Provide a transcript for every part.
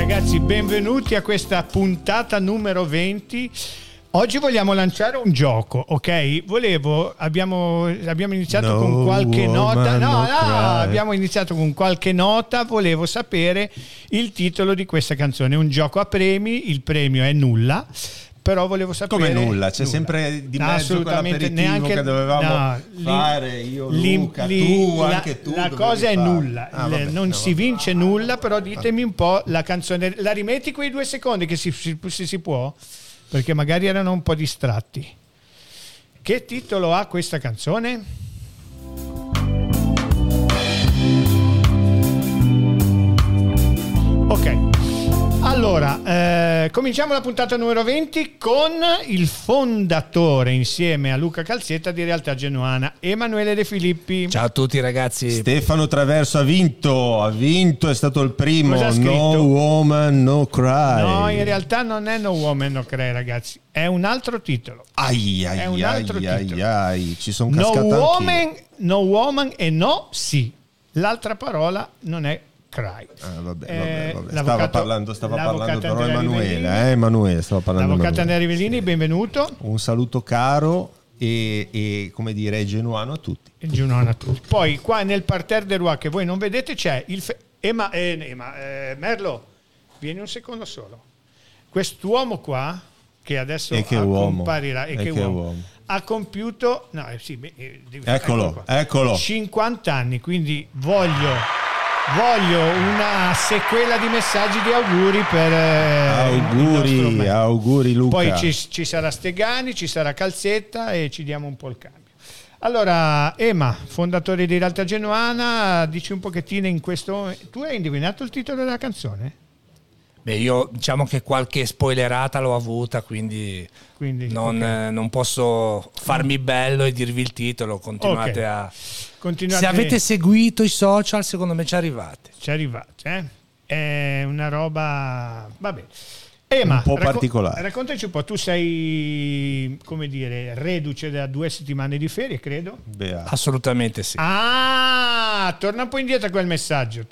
Ragazzi, benvenuti a questa puntata numero 20. Oggi vogliamo lanciare un gioco, ok? Abbiamo iniziato con qualche nota. Abbiamo iniziato con qualche nota. Volevo sapere il titolo di questa canzone. Un gioco a premi, il premio è nulla. Però volevo sapere... Come nulla? C'è sempre di mezzo quell'aperitivo neanche, che dovevamo fare io, Luca, anche tu. La cosa è nulla, non si vince nulla, però ditemi un po' la canzone. La rimetti quei 2 secondi che si può? Perché magari erano un po' distratti. Che titolo ha questa canzone? Ok. Allora, cominciamo la puntata numero 20 con il fondatore insieme a Luca Calzetta di Realtà Genuana, Emanuele De Filippi. Ciao a tutti ragazzi. Stefano Traverso ha vinto, è stato il primo. No Woman No Cry. No, in realtà non è No Woman No Cry, ragazzi, è un altro titolo. Ci sono cascato No Woman e no sì. L'altra parola non è Cry. Vabbè. Stava parlando però Emanuele stava parlando. L'avvocato Andrea Rivellini, benvenuto. Un saluto caro e come dire genuano a tutti. Poi qua nel parterre del Roi che voi non vedete c'è il Merlo, vieni un secondo solo. Quest'uomo qua che adesso comparirà ha compiuto eccolo 50 anni, quindi voglio una sequela di messaggi di auguri per auguri Luca. Poi ci sarà Stegani, ci sarà Calzetta e ci diamo un po' il cambio. Allora, Ema, fondatore di Realtà Genuana, dici un pochettino in questo. Tu hai indovinato il titolo della canzone? Beh, io diciamo che qualche spoilerata l'ho avuta, quindi non posso farmi bello e dirvi il titolo. Continuate. Se avete seguito i social, secondo me ci arrivate. È una roba... Vabbè. Ema, un po' particolare. Raccontaci un po', tu sei, come dire, reduce da 2 settimane di ferie, credo? Assolutamente sì. Torna un po' indietro quel messaggio.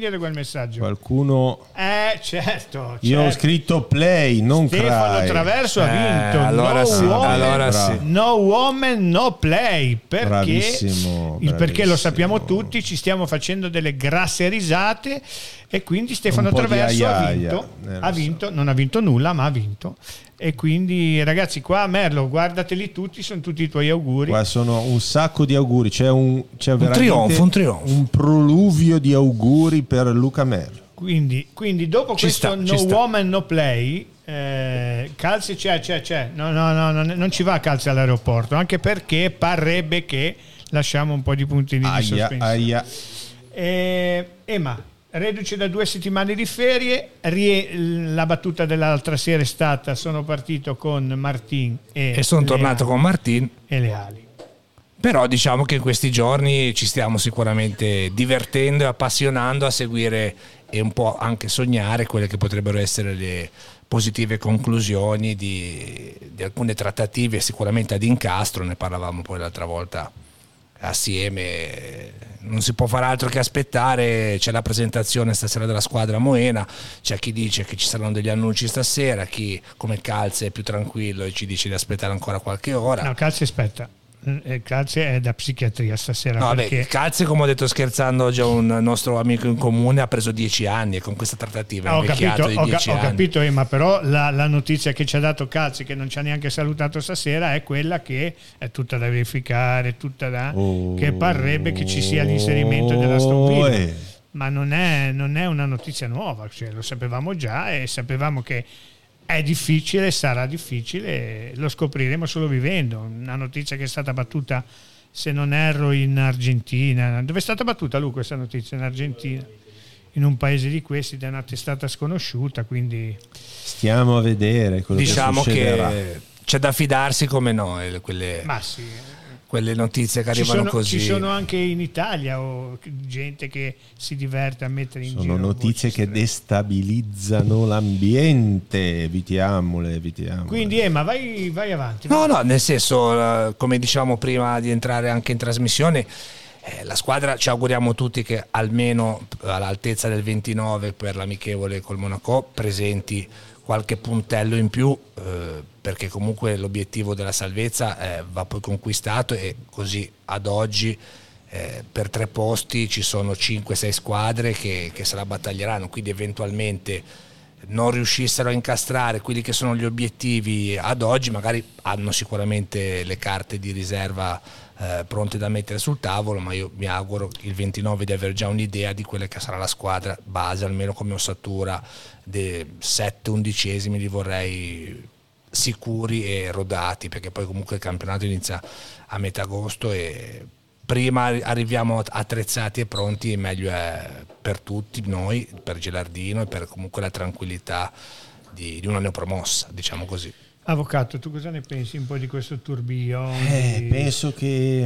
Qualcuno... certo. Io ho scritto play, non Stefano cry. Traverso ha vinto. Allora sì. No woman, no play. Perché? Bravissimo. Perché lo sappiamo tutti, ci stiamo facendo delle grasse risate e quindi Stefano Traverso ha vinto, non ha vinto nulla, ma ha vinto. E quindi ragazzi, qua Merlo, guardateli tutti, sono tutti i tuoi auguri. Qua sono un sacco di auguri, c'è un trionfo, un proluvio di auguri per Luca Merlo. Quindi dopo questo Woman No Play, Calzi c'è. No, non ci va Calzi all'aeroporto, anche perché parrebbe che lasciamo un po' di puntini di sospensione. Ema, reduce da 2 settimane di ferie, la battuta dell'altra sera è stata: sono partito con Martin e sono tornato con Martin e le ali. Però diciamo che in questi giorni ci stiamo sicuramente divertendo e appassionando a seguire e un po' anche sognare quelle che potrebbero essere le positive conclusioni di alcune trattative sicuramente ad incastro. Ne parlavamo poi l'altra volta assieme. Non si può fare altro che aspettare. C'è la presentazione stasera della squadra Moena, c'è chi dice che ci saranno degli annunci stasera, chi come Calze è più tranquillo e ci dice di aspettare ancora qualche ora. No, Calze aspetta, Calze è da psichiatria stasera. No, perché... Calze, come ho detto scherzando, già un nostro amico in comune ha preso 10 anni e con questa trattativa è invecchiato di 10 anni. Ho capito, ma però la notizia che ci ha dato Calze, che non ci ha neanche salutato stasera, è quella che è tutta da verificare, che parrebbe che ci sia l'inserimento della Aston Villa. Ma non è una notizia nuova, cioè, lo sapevamo già e sapevamo che è difficile, sarà difficile, lo scopriremo solo vivendo. Una notizia che è stata battuta, se non erro, in Argentina. Dove è stata battuta, Luca, questa notizia? In Argentina, in un paese di questi, da una testata sconosciuta, quindi stiamo a vedere quello diciamo che succederà. Che c'è da fidarsi come no, quelle notizie che arrivano così. Ci sono anche in Italia gente che si diverte a mettere in giro. Sono notizie che destabilizzano l'ambiente, evitiamole. Quindi Ema, vai avanti. No, nel senso, come diciamo prima di entrare anche in trasmissione, La squadra ci auguriamo tutti che almeno all'altezza del 29 per l'amichevole col Monaco presenti qualche puntello in più, perché comunque l'obiettivo della salvezza va poi conquistato, e così ad oggi per 3 posti ci sono 5-6 squadre che se la battaglieranno, quindi eventualmente non riuscissero a incastrare quelli che sono gli obiettivi ad oggi, magari hanno sicuramente le carte di riserva pronte da mettere sul tavolo, ma io mi auguro il 29 di aver già un'idea di quella che sarà la squadra base, almeno come ossatura, dei 7-11esimi li vorrei sicuri e rodati, perché poi comunque il campionato inizia a metà agosto e prima arriviamo attrezzati e pronti, meglio è per tutti noi, per Gilardino e per comunque la tranquillità di una neopromossa, diciamo così. Avvocato, tu cosa ne pensi un po' di questo tourbillon? Penso che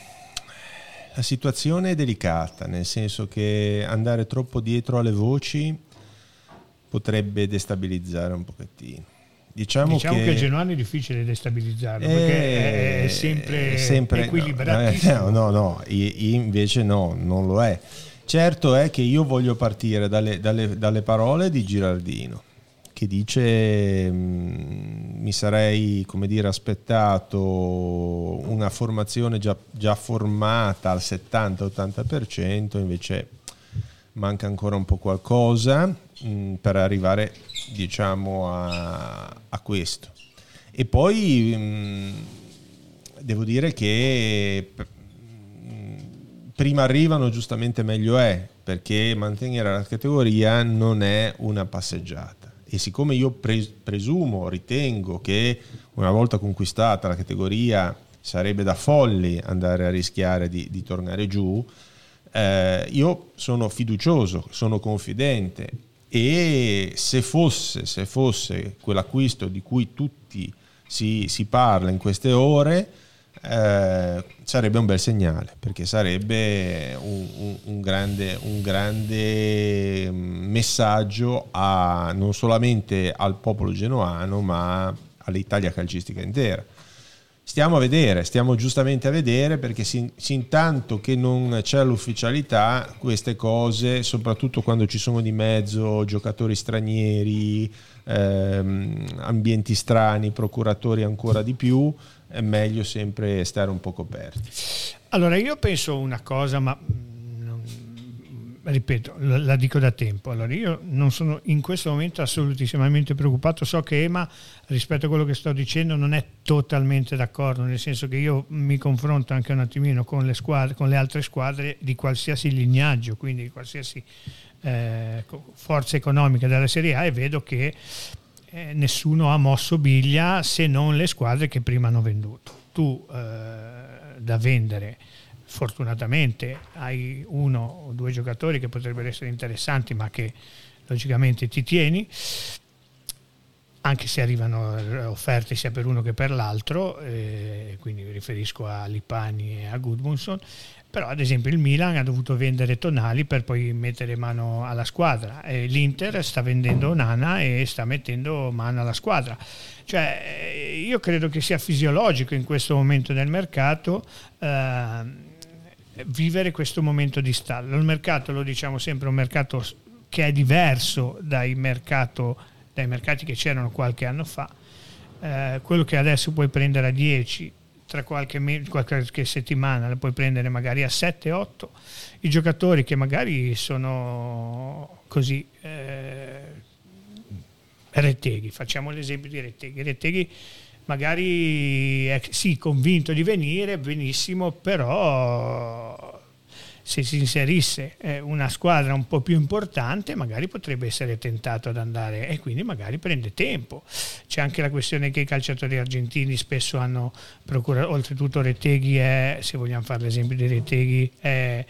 la situazione è delicata, nel senso che andare troppo dietro alle voci potrebbe destabilizzare un pochettino. Diciamo che Genuano è difficile destabilizzarlo, perché è sempre equilibratissimo. No, invece no, non lo è. Certo è che io voglio partire dalle parole di Gilardino, che dice mi sarei, come dire, aspettato una formazione già formata al 70-80%, invece manca ancora un po' qualcosa per arrivare, diciamo, a questo. E poi devo dire che prima arrivano, giustamente meglio è, perché mantenere la categoria non è una passeggiata. E siccome io ritengo che una volta conquistata la categoria sarebbe da folli andare a rischiare di tornare giù, io sono fiducioso, sono confidente, e se fosse quell'acquisto di cui tutti si parla in queste ore, sarebbe un bel segnale, perché sarebbe un grande messaggio non solamente al popolo genoano, ma all'Italia calcistica intera. Stiamo giustamente a vedere, perché intanto che non c'è l'ufficialità, queste cose, soprattutto quando ci sono di mezzo giocatori stranieri, ambienti strani, procuratori ancora di più, è meglio sempre stare un po' coperti. Allora, io penso una cosa, ma ripeto, la dico da tempo. Allora, io non sono in questo momento assolutissimamente preoccupato. So che Ema, rispetto a quello che sto dicendo, non è totalmente d'accordo, nel senso che io mi confronto anche un attimino con le squadre, con le altre squadre di qualsiasi lignaggio, quindi di qualsiasi forza economica della Serie A, e vedo che nessuno ha mosso biglia, se non le squadre che prima hanno venduto. Tu da vendere, fortunatamente hai 1 o 2 giocatori che potrebbero essere interessanti, ma che logicamente ti tieni, anche se arrivano offerte sia per uno che per l'altro, quindi mi riferisco a Lipani e a Gudmundsson. Però ad esempio il Milan ha dovuto vendere Tonali per poi mettere mano alla squadra, e l'Inter sta vendendo Onana e sta mettendo mano alla squadra. Cioè, io credo che sia fisiologico in questo momento del mercato vivere questo momento di stallo. Il mercato, lo diciamo sempre, è un mercato che è diverso dai mercati che c'erano qualche anno fa. Quello che adesso puoi prendere a 10, tra qualche settimana la puoi prendere magari a 7-8. I giocatori che magari sono così, Retteghi, facciamo l'esempio di Retteghi magari è sì convinto di venire, benissimo, però se si inserisse una squadra un po' più importante magari potrebbe essere tentato ad andare, e quindi magari prende tempo. C'è anche la questione che i calciatori argentini spesso hanno procurato, oltretutto Retteghi se vogliamo fare l'esempio di Retteghi, è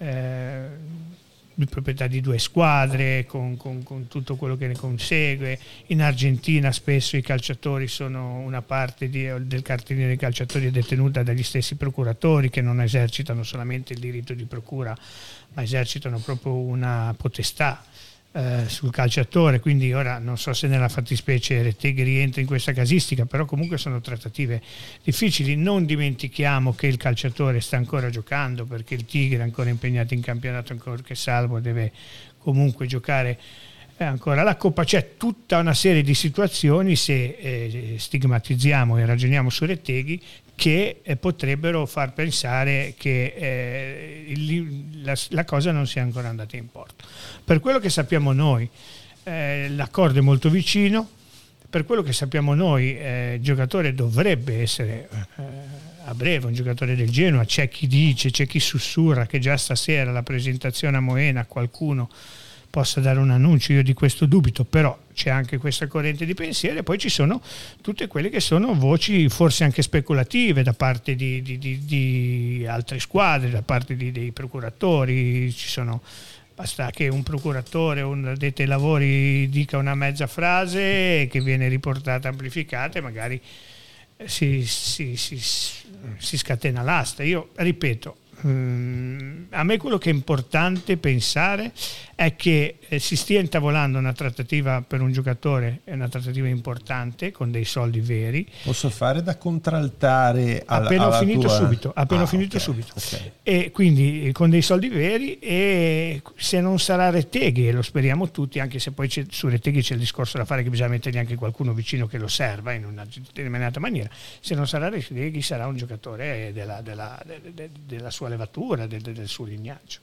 di proprietà di 2 squadre con tutto quello che ne consegue. In Argentina spesso i calciatori sono una parte del cartellino dei calciatori è detenuta dagli stessi procuratori, che non esercitano solamente il diritto di procura, ma esercitano proprio una potestà sul calciatore, quindi ora non so se nella fattispecie Retteghi rientra in questa casistica, però comunque sono trattative difficili. Non dimentichiamo che il calciatore sta ancora giocando, perché il Tigre è ancora impegnato in campionato, ancora che Salvo deve comunque giocare ancora la Coppa. C'è tutta una serie di situazioni, se stigmatizziamo e ragioniamo su Retteghi, che potrebbero far pensare che la cosa non sia ancora andata in porto. Per quello che sappiamo noi, l'accordo è molto vicino. Per quello che sappiamo noi, il giocatore dovrebbe essere a breve un giocatore del Genoa. C'è chi dice, c'è chi sussurra che già stasera la presentazione a Moena qualcuno possa dare un annuncio. Io di questo dubito, però c'è anche questa corrente di pensiero, e poi ci sono tutte quelle che sono voci forse anche speculative da parte di altre squadre, da parte dei procuratori. Basta che un procuratore o un addetto ai lavori dica una mezza frase che viene riportata, amplificata, e magari si scatena l'asta. Io ripeto, a me quello che è importante pensare è che si stia intavolando una trattativa per un giocatore, è una trattativa importante con dei soldi veri. Posso fare da contraltare appena ho finito subito, okay. E quindi con dei soldi veri, e se non sarà Retteghi, e lo speriamo tutti, anche se poi su Retteghi c'è il discorso da fare che bisogna mettergli anche qualcuno vicino che lo serva in una determinata maniera. Se non sarà Retteghi, sarà un giocatore della sua levatura, del suo lignaggio.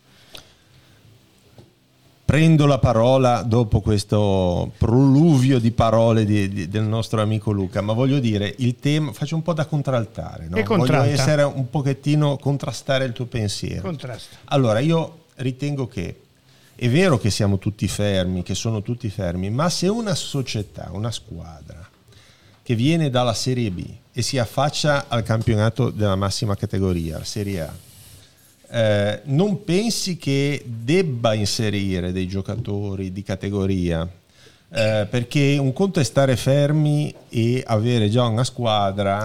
Prendo la parola dopo questo proluvio di parole del nostro amico Luca, ma voglio dire, il tema, faccio un po' da contraltare, no? Voglio essere un pochettino, contrastare il tuo pensiero. Contrasta. Allora, io ritengo che è vero che siamo tutti fermi, che sono tutti fermi, ma se una società, una squadra che viene dalla Serie B e si affaccia al campionato della massima categoria, la Serie A, non pensi che debba inserire dei giocatori di categoria, perché un conto è stare fermi e avere già una squadra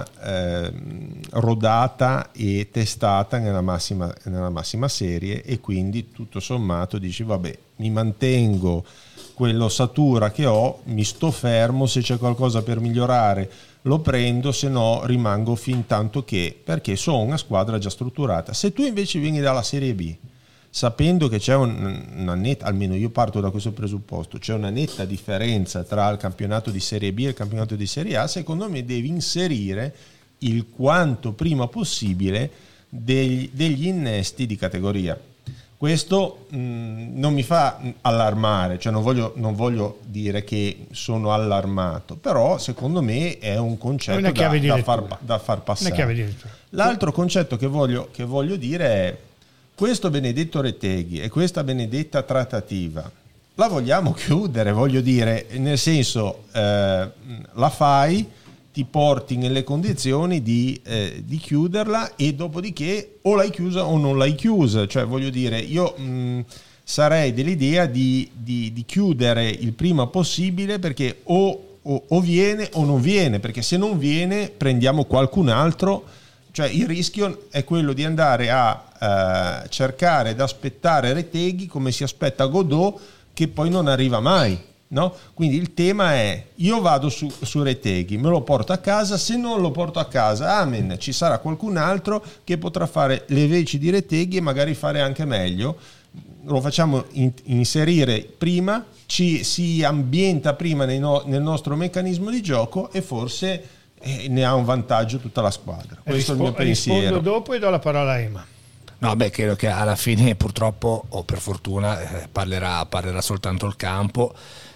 rodata e testata nella massima serie, e quindi tutto sommato dici vabbè, mi mantengo quell'ossatura che ho, mi sto fermo, se c'è qualcosa per migliorare lo prendo, se no rimango fin tanto che, perché sono una squadra già strutturata. Se tu invece vieni dalla Serie B sapendo che c'è una netta, almeno io parto da questo presupposto, c'è una netta differenza tra il campionato di Serie B e il campionato di Serie A, secondo me devi inserire il quanto prima possibile degli innesti di categoria. Questo non mi fa allarmare, cioè non voglio dire che sono allarmato, però secondo me è un concetto da far passare. L'altro concetto che voglio dire è: questo benedetto Retteghi e questa benedetta trattativa la vogliamo chiudere, voglio dire, nel senso, la fai, ti porti nelle condizioni di chiuderla, e dopodiché o l'hai chiusa o non l'hai chiusa. Cioè, voglio dire, io sarei dell'idea di chiudere il prima possibile, perché o viene o non viene, perché se non viene prendiamo qualcun altro. Cioè, il rischio è quello di andare a cercare ed aspettare Retteghi come si aspetta Godot, che poi non arriva mai. No? Quindi il tema è: io vado su Retteghi, me lo porto a casa, se non lo porto a casa, amen, ci sarà qualcun altro che potrà fare le veci di Retteghi e magari fare anche meglio. Lo facciamo inserire prima, si ambienta prima nel nostro meccanismo di gioco, e forse ne ha un vantaggio tutta la squadra. Questo è il mio pensiero. Rispondo dopo e do la parola a Ema. No, beh, credo che alla fine, purtroppo o per fortuna, parlerà soltanto il campo.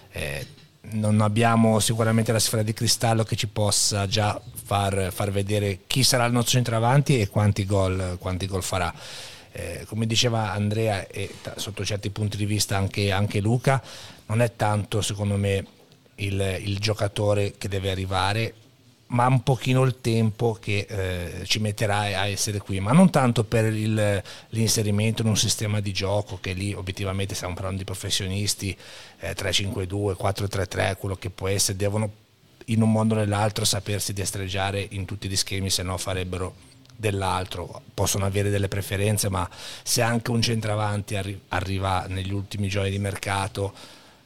Non abbiamo sicuramente la sfera di cristallo che ci possa già far vedere chi sarà il nostro centravanti e quanti gol farà. Come diceva Andrea, e sotto certi punti di vista anche Luca, non è tanto secondo me il giocatore che deve arrivare, ma un pochino il tempo che ci metterà a essere qui, ma non tanto per l'inserimento in un sistema di gioco, che lì obiettivamente stiamo parlando di professionisti, 3-5-2, 4-3-3, quello che può essere, devono in un modo o nell'altro sapersi destreggiare in tutti gli schemi, se no farebbero dell'altro. Possono avere delle preferenze, ma se anche un centravanti arriva negli ultimi giorni di mercato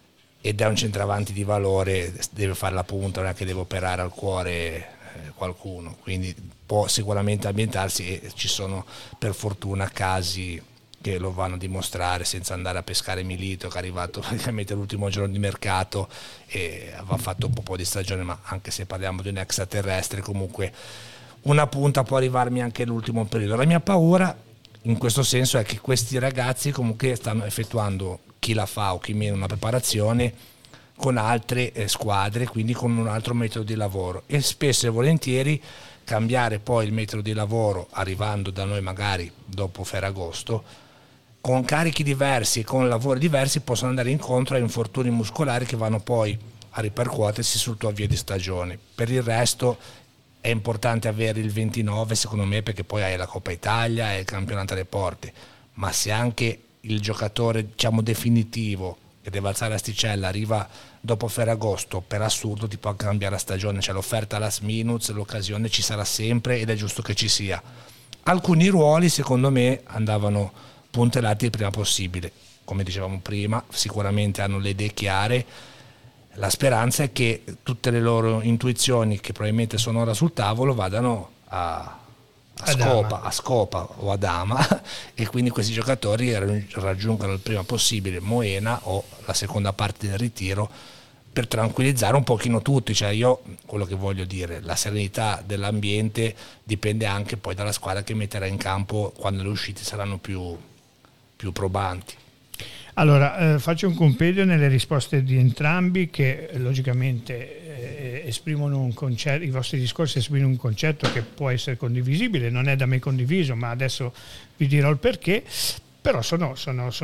ed è un centravanti di valore, deve fare la punta, non è che deve operare al cuore qualcuno, quindi può sicuramente ambientarsi, e ci sono per fortuna casi che lo vanno a dimostrare, senza andare a pescare Milito, che è arrivato praticamente l'ultimo giorno di mercato e aveva fatto un po' di stagione, ma anche se parliamo di un extraterrestre, comunque una punta può arrivarmi anche l'ultimo periodo. La mia paura in questo senso è che questi ragazzi comunque stanno effettuando, chi la fa o chi meno, una preparazione con altre squadre, quindi con un altro metodo di lavoro, e spesso e volentieri cambiare poi il metodo di lavoro arrivando da noi magari dopo Ferragosto con carichi diversi e con lavori diversi, possono andare incontro a infortuni muscolari che vanno poi a ripercuotersi sul tuo avvio di stagione. Per il resto è importante avere il 29, secondo me, perché poi hai la Coppa Italia e il campionato alle porte, ma se anche il giocatore, diciamo, definitivo che deve alzare l'asticella arriva dopo Ferragosto, per assurdo ti può cambiare la stagione, cioè l'offerta last minute, l'occasione ci sarà sempre ed è giusto che ci sia. Alcuni ruoli secondo me andavano puntellati il prima possibile, come dicevamo prima, sicuramente hanno le idee chiare. La speranza è che tutte le loro intuizioni, che probabilmente sono ora sul tavolo, vadano a scopa o ad Ama e quindi questi giocatori raggiungano il prima possibile Moena o la seconda parte del ritiro, per tranquillizzare un pochino tutti. Cioè, io quello che voglio dire, la serenità dell'ambiente dipende anche poi dalla squadra che metterà in campo quando le uscite saranno più probanti. Allora, faccio un compendio nelle risposte di entrambi, che logicamente esprimono un concetto, i vostri discorsi esprimono un concetto che può essere condivisibile, non è da me condiviso, ma adesso vi dirò il perché, però sono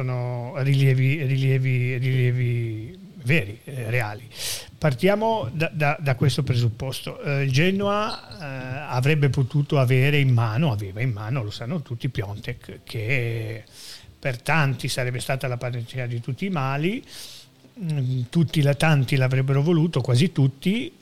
rilievi veri, reali. Partiamo da questo presupposto. Il Genoa avrebbe potuto aveva in mano, lo sanno tutti, Piontek, che per tanti sarebbe stata la panacea di tutti i mali, tanti l'avrebbero voluto, quasi tutti.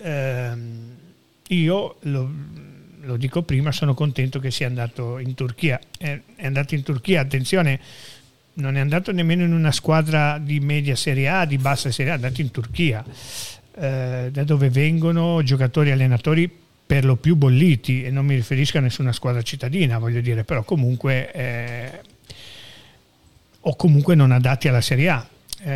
Io lo dico prima, sono contento che sia andato in Turchia. È andato in Turchia, attenzione, non è andato nemmeno in una squadra di media Serie A, di bassa Serie A, è andato in Turchia, da dove vengono giocatori e allenatori per lo più bolliti, e non mi riferisco a nessuna squadra cittadina, voglio dire, però comunque o comunque non adatti alla Serie A,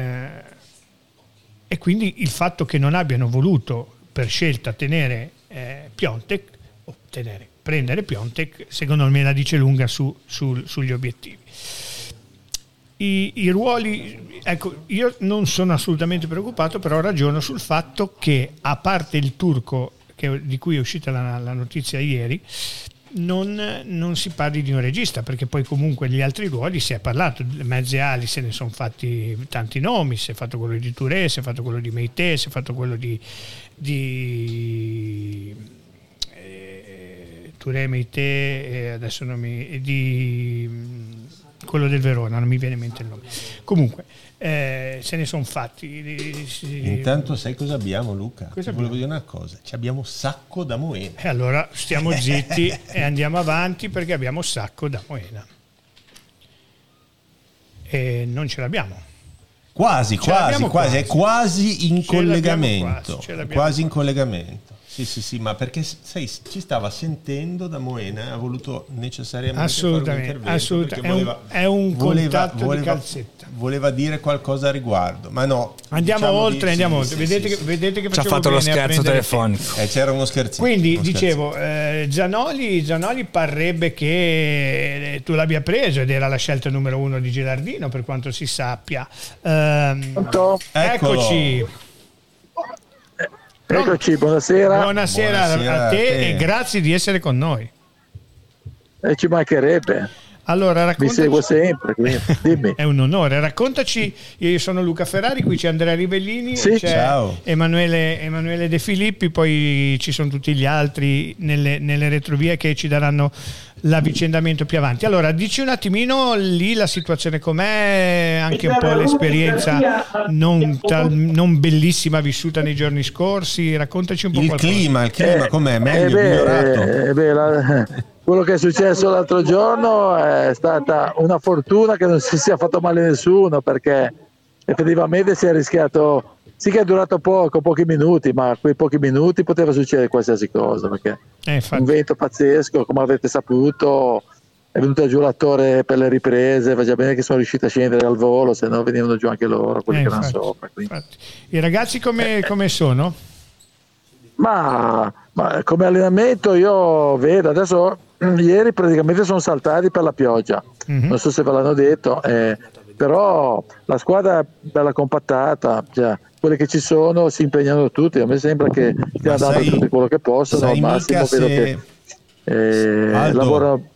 e quindi il fatto che non abbiano voluto per scelta tenere Piontek o prendere Piontek, secondo me la dice lunga sugli obiettivi. I ruoli, ecco, io non sono assolutamente preoccupato, però ragiono sul fatto che, a parte il turco di cui è uscita la notizia ieri, non si parli di un regista, perché poi comunque gli altri ruoli si è parlato, le mezze ali se ne sono fatti tanti nomi, si è fatto quello di Touré, si è fatto quello di Meite, si è fatto quello di Touré, Meite, adesso quello del Verona, non mi viene in mente il nome. Comunque se ne sono fatti. Intanto sai cosa abbiamo, Luca? Volevo dire una cosa, abbiamo Sacco da Moena. E allora stiamo zitti e andiamo avanti, perché abbiamo Sacco da Moena e non ce l'abbiamo. Quasi, è quasi in collegamento. Quasi in collegamento. Sì, ma perché ci stava sentendo da Moena, ha voluto necessariamente fare un intervento, è un contatto di calzetta. Voleva dire qualcosa a riguardo, ma no. Andiamo oltre. Vedete che ci ha fatto lo scherzo telefonico. C'era uno scherzino. Quindi dicevo, Zanoli parrebbe che tu l'abbia preso, ed era la scelta numero 1 di Gilardino, per quanto si sappia. Eccoci. Eccoci, buonasera. Buonasera a te e grazie di essere con noi. Ci mancherebbe. Allora, raccontaci. Mi seguo sempre, dimmi. È un onore. Raccontaci. Io sono Luca Ferrari, qui c'è Andrea Rivellini, sì, c'è ciao. Emanuele De Filippi, poi ci sono tutti gli altri nelle retrovie che ci daranno l'avvicendamento più avanti. Allora, dici un attimino lì la situazione com'è, anche un po' l'esperienza non bellissima vissuta nei giorni scorsi, raccontaci un po' il clima com'è, meglio, migliorato? Quello che è successo l'altro giorno è stata una fortuna che non si sia fatto male nessuno, perché effettivamente si è rischiato sì che è durato pochi minuti, ma quei pochi minuti poteva succedere qualsiasi cosa, perché un vento pazzesco, come avete saputo, è venuto giù l'attore per le riprese, va già bene che sono riusciti a scendere al volo, se no venivano giù anche loro, quelli che erano sopra. I ragazzi come sono? Ma come allenamento io vedo, adesso ieri praticamente sono saltati per la pioggia, non so se ve l'hanno detto, però la squadra è bella compattata, cioè, quelli che ci sono si impegnano tutti, a me sembra che stiano dando tutto quello che possono, al massimo vedo che lavorano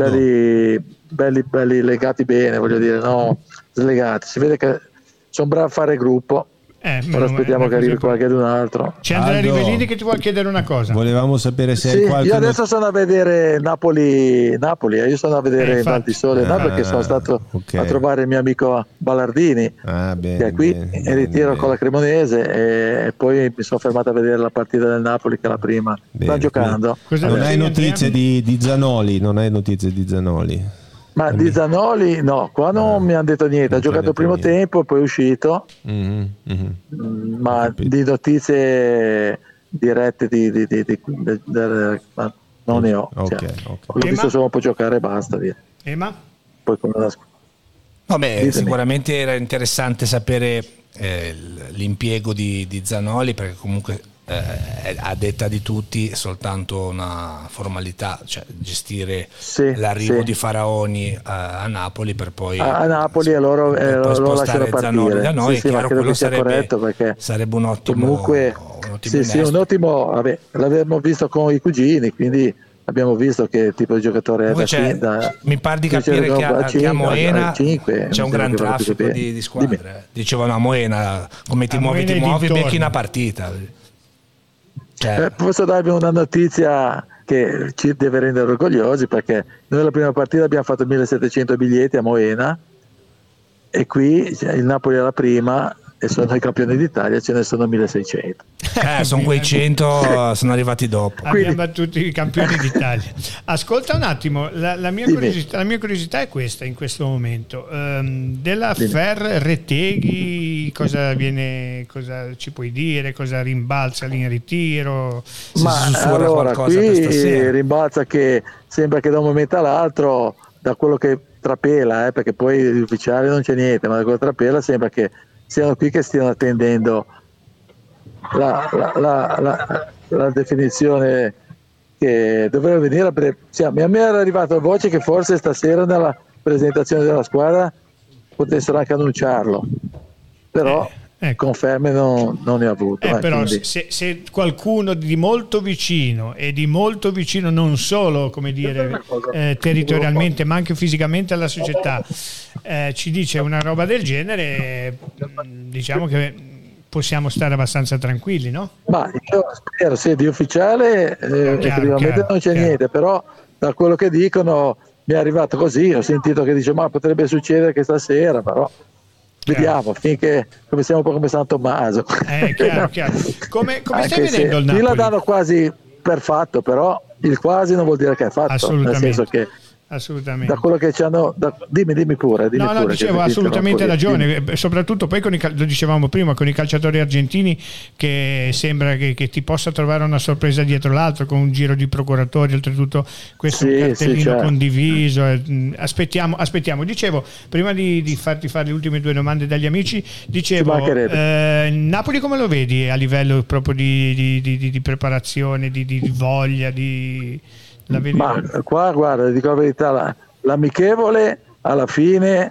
belli legati bene, voglio dire, no slegati, si vede che sono bravi a fare gruppo. Ora aspettiamo che arrivi qualcun altro. C'è Andrea Rivellini che ti vuole chiedere una cosa. Volevamo sapere se hai qualche... Io adesso sono a vedere Napoli, io sono a vedere Val di Sole, perché sono stato a trovare il mio amico Ballardini, che è qui in ritiro con la Cremonese, e poi mi sono fermato a vedere la partita del Napoli, che è la prima. Sta giocando. Non hai notizie di Zanoli? Non hai notizie di Zanoli? Ma di Zanoli no, qua non mi hanno detto niente, ha giocato il primo tempo, poi è uscito, ma di notizie dirette non ne ho. L'ho visto solo un po' giocare e basta, via. Poi con la... Vabbè, sicuramente era interessante sapere l'impiego di Zanoli, perché comunque a detta di tutti è soltanto una formalità, cioè gestire l'arrivo di Faraoni a Napoli per poi a Napoli e loro lo lasciano partire da noi. Ma credo che sia corretto, perché sarebbe un ottimo comunque un ottimo, vabbè, l'abbiamo visto con i cugini, quindi abbiamo visto che tipo di giocatore è mi pare di capire che a Moena c'è un gran traffico di squadre. Dicevano a Moena, come ti muovi becchi una partita. Posso darvi una notizia che ci deve rendere orgogliosi, perché noi la prima partita abbiamo fatto 1700 biglietti a Moena, e qui il Napoli è la prima e sono i campioni d'Italia, ce ne sono 1600. Sono quei 100 sono arrivati dopo. Abbiamo battuto i campioni d'Italia. Ascolta un attimo, la mia curiosità è questa in questo momento. Della Reteghi, cosa ci puoi dire? Cosa rimbalza lì in ritiro? Allora, qui rimbalza che sembra che da un momento all'altro, da quello che trapela, perché poi l'ufficiale non c'è niente, ma da quello che trapela sembra che siano qui che stiano attendendo la definizione che dovrebbe venire a a me era arrivata voce che forse stasera nella presentazione della squadra potessero anche annunciarlo, però conferme non ne ho avuto. Però se qualcuno di molto vicino, e di molto vicino non solo come dire territorialmente ma anche fisicamente alla società, ci dice una roba del genere, diciamo che possiamo stare abbastanza tranquilli, no? Ma io spero, di ufficiale effettivamente non c'è niente, però da quello che dicono mi è arrivato così, ho sentito che dice ma potrebbe succedere che stasera, però vediamo, finché come siamo un po' come San Tommaso. Chiaro. Come stai vedendo il Napoli? Qui la danno quasi per fatto, però il quasi non vuol dire che è fatto. Assolutamente. Nel senso che assolutamente. Da quello che ci hanno dimmi pure. No, dicevo assolutamente ragione, soprattutto poi lo dicevamo prima, con i calciatori argentini, che sembra che ti possa trovare una sorpresa dietro l'altro, con un giro di procuratori, oltretutto questo cartellino condiviso. Aspettiamo. Dicevo, prima di farti fare le ultime due domande dagli amici, dicevo, Napoli come lo vedi a livello proprio di preparazione, di voglia, ma qua guarda, dico la verità, l'amichevole alla fine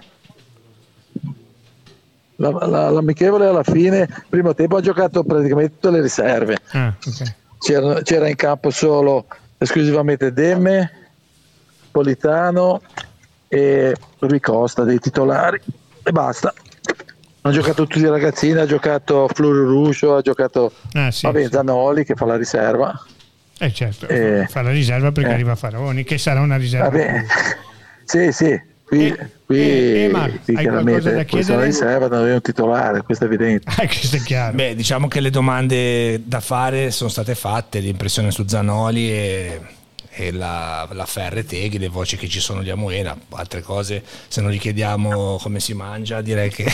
primo tempo ha giocato praticamente tutte le riserve. C'era in campo solo esclusivamente Demme, Politano e Rui Costa dei titolari e basta. Hanno giocato tutti i ragazzini, ha giocato Florio Ruscio, ha giocato Zanoli che fa la riserva. Certo, fa la riserva perché arriva Faraoni, che sarà una riserva. Sì, qui chiaramente da chiedere? La riserva non è un titolare, questo è evidente. Questo è chiaro. Beh, diciamo che le domande da fare sono state fatte, l'impressione su Zanoli e e la Ferreteghi, le voci che ci sono di Amoena. Altre cose, se non gli chiediamo come si mangia, direi che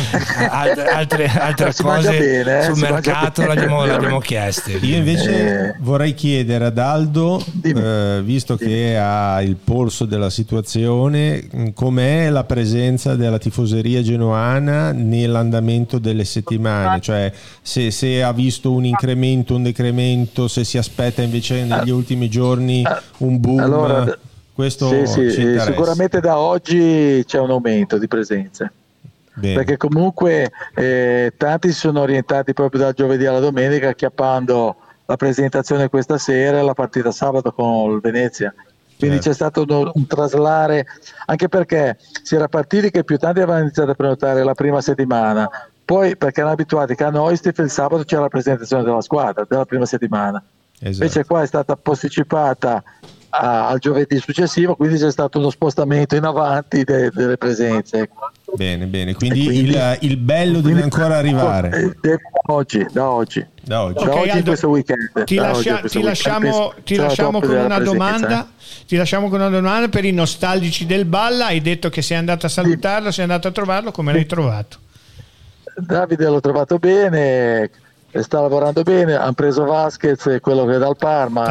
altre cose bene, sul mercato l'abbiamo chieste. Io invece vorrei chiedere ad Aldo, visto che ha il polso della situazione, com'è la presenza della tifoseria genoana nell'andamento delle settimane, cioè se ha visto un incremento, un decremento, se si aspetta invece negli ultimi giorni un boom. Allora, questo sì, sicuramente da oggi c'è un aumento di presenze. Bene. Perché comunque tanti si sono orientati proprio dal giovedì alla domenica, acchiappando la presentazione questa sera e la partita sabato con il Venezia. Quindi c'è stato un traslare, anche perché si era partiti che più tanti avevano iniziato a prenotare la prima settimana, poi perché erano abituati che a Neustift il sabato c'era la presentazione della squadra della prima settimana. Esatto. Invece qua è stata posticipata al giovedì successivo, quindi c'è stato uno spostamento in avanti delle presenze. Bene, quindi il bello deve ancora arrivare. Da oggi. Okay, Aldo, in questo weekend. Ti lasciamo con una domanda. Ti lasciamo con una domanda per i nostalgici del Balla. Hai detto che sei andato a salutarlo, sei andato a trovarlo, come l'hai trovato? Davide l'ho trovato bene, sta lavorando bene, hanno preso Vasquez, quello che è dal Parma,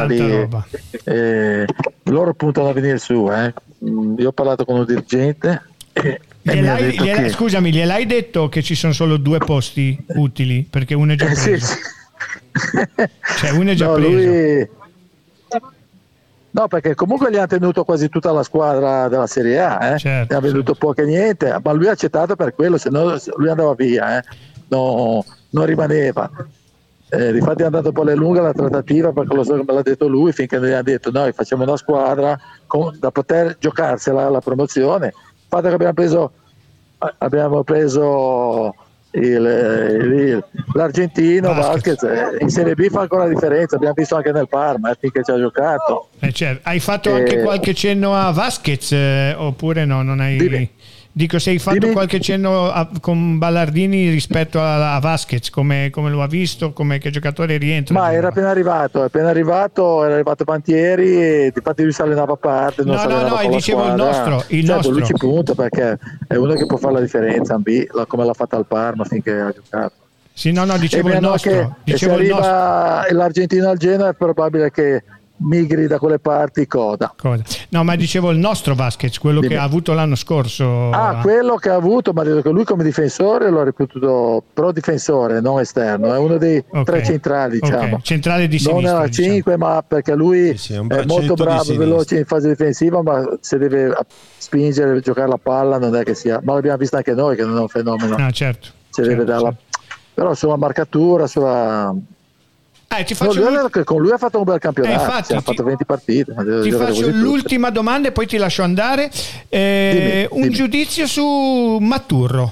loro puntano a venire su. Io ho parlato con un dirigente scusami, gliel'hai detto che ci sono solo 2 posti utili, perché uno è già preso? Sì. Cioè uno è già preso. No, perché comunque gli hanno tenuto quasi tutta la squadra della Serie A, certo, ne ha venuto poco e niente, ma lui ha accettato per quello, se no lui andava via, non rimaneva. Difatti è andato un po' alle lunghe la trattativa, perché lo so che me l'ha detto lui, finché gli hanno detto noi facciamo una squadra da poter giocarsela la promozione. Il fatto che abbiamo preso l'argentino Vasquez in Serie B fa ancora la differenza, abbiamo visto anche nel Parma finché ci ha giocato. Certo. Hai fatto anche qualche cenno a Vasquez oppure no? Non hai... Dimmi. Dico, se hai fatto qualche cenno con Ballardini rispetto a Vasquez, come lo ha visto, come che giocatore rientra? Ma era appena arrivato, era arrivato Pantieri, e infatti lui si allenava a parte. No, dicevo il nostro. Lui ci punta perché è uno che può fare la differenza in B, come l'ha fatta al Parma finché ha giocato. Sì, dicevo il nostro. Se arriva l'Argentino al Genoa è probabile che migri da quelle parti Coda. No, ma dicevo il nostro Vasquez, quello che ha avuto l'anno scorso. Quello che ha avuto, ma detto che lui come difensore l'ho reputato pro difensore, non esterno, è uno dei 3 centrali, diciamo. Centrale di sinistra. Non è a 5, ma perché lui è molto bravo, veloce in fase difensiva, ma se deve spingere, giocare la palla non è che sia, ma l'abbiamo visto anche noi che non è un fenomeno. Certo. Deve darla. Però sulla marcatura, con lui ha fatto un bel campionato, ha fatto 20 partite. Ti faccio l'ultima domanda e poi ti lascio andare. Un giudizio su Maturro,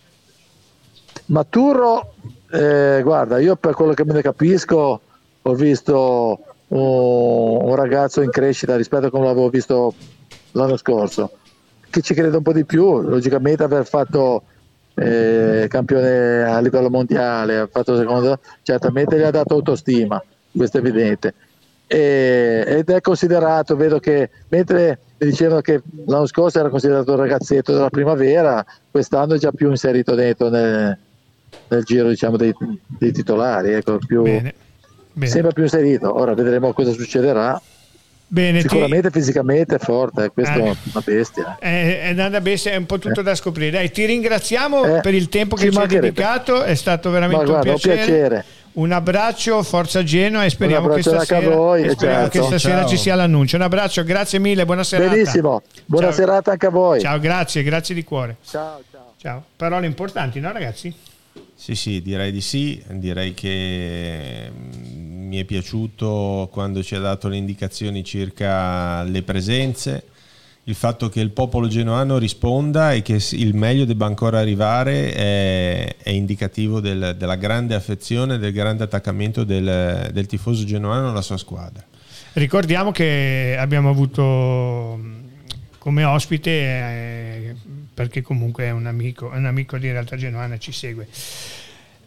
guarda, io per quello che me ne capisco ho visto un ragazzo in crescita rispetto a come l'avevo visto l'anno scorso, che ci crede un po' di più, logicamente aver fatto campione a livello mondiale, ha fatto secondo, certamente gli ha dato autostima, questo è evidente, ed è considerato, vedo che mentre mi dicevano che l'anno scorso era considerato un ragazzetto della primavera, quest'anno è già più inserito dentro nel giro, diciamo, dei titolari, ecco, bene. Sembra più inserito. Ora vedremo cosa succederà. Bene, sicuramente fisicamente è forte, questo è una bestia. È una bestia, è un po' tutto da scoprire. Dai, ti ringraziamo per il tempo che ci hai dedicato, è stato veramente un piacere. Un abbraccio, forza Genoa, e speriamo che stasera ci sia l'annuncio. Un abbraccio, grazie mille, buona serata. Benissimo, buona serata anche a voi. Ciao, grazie di cuore. Ciao. Parole importanti, no ragazzi? Sì, direi di sì. Direi che mi è piaciuto quando ci ha dato le indicazioni circa le presenze, il fatto che il popolo genoano risponda e che il meglio debba ancora arrivare è indicativo della grande affezione, del grande attaccamento del tifoso genoano alla sua squadra. Ricordiamo che abbiamo avuto come ospite, perché comunque è un amico di Realtà Genoana, ci segue,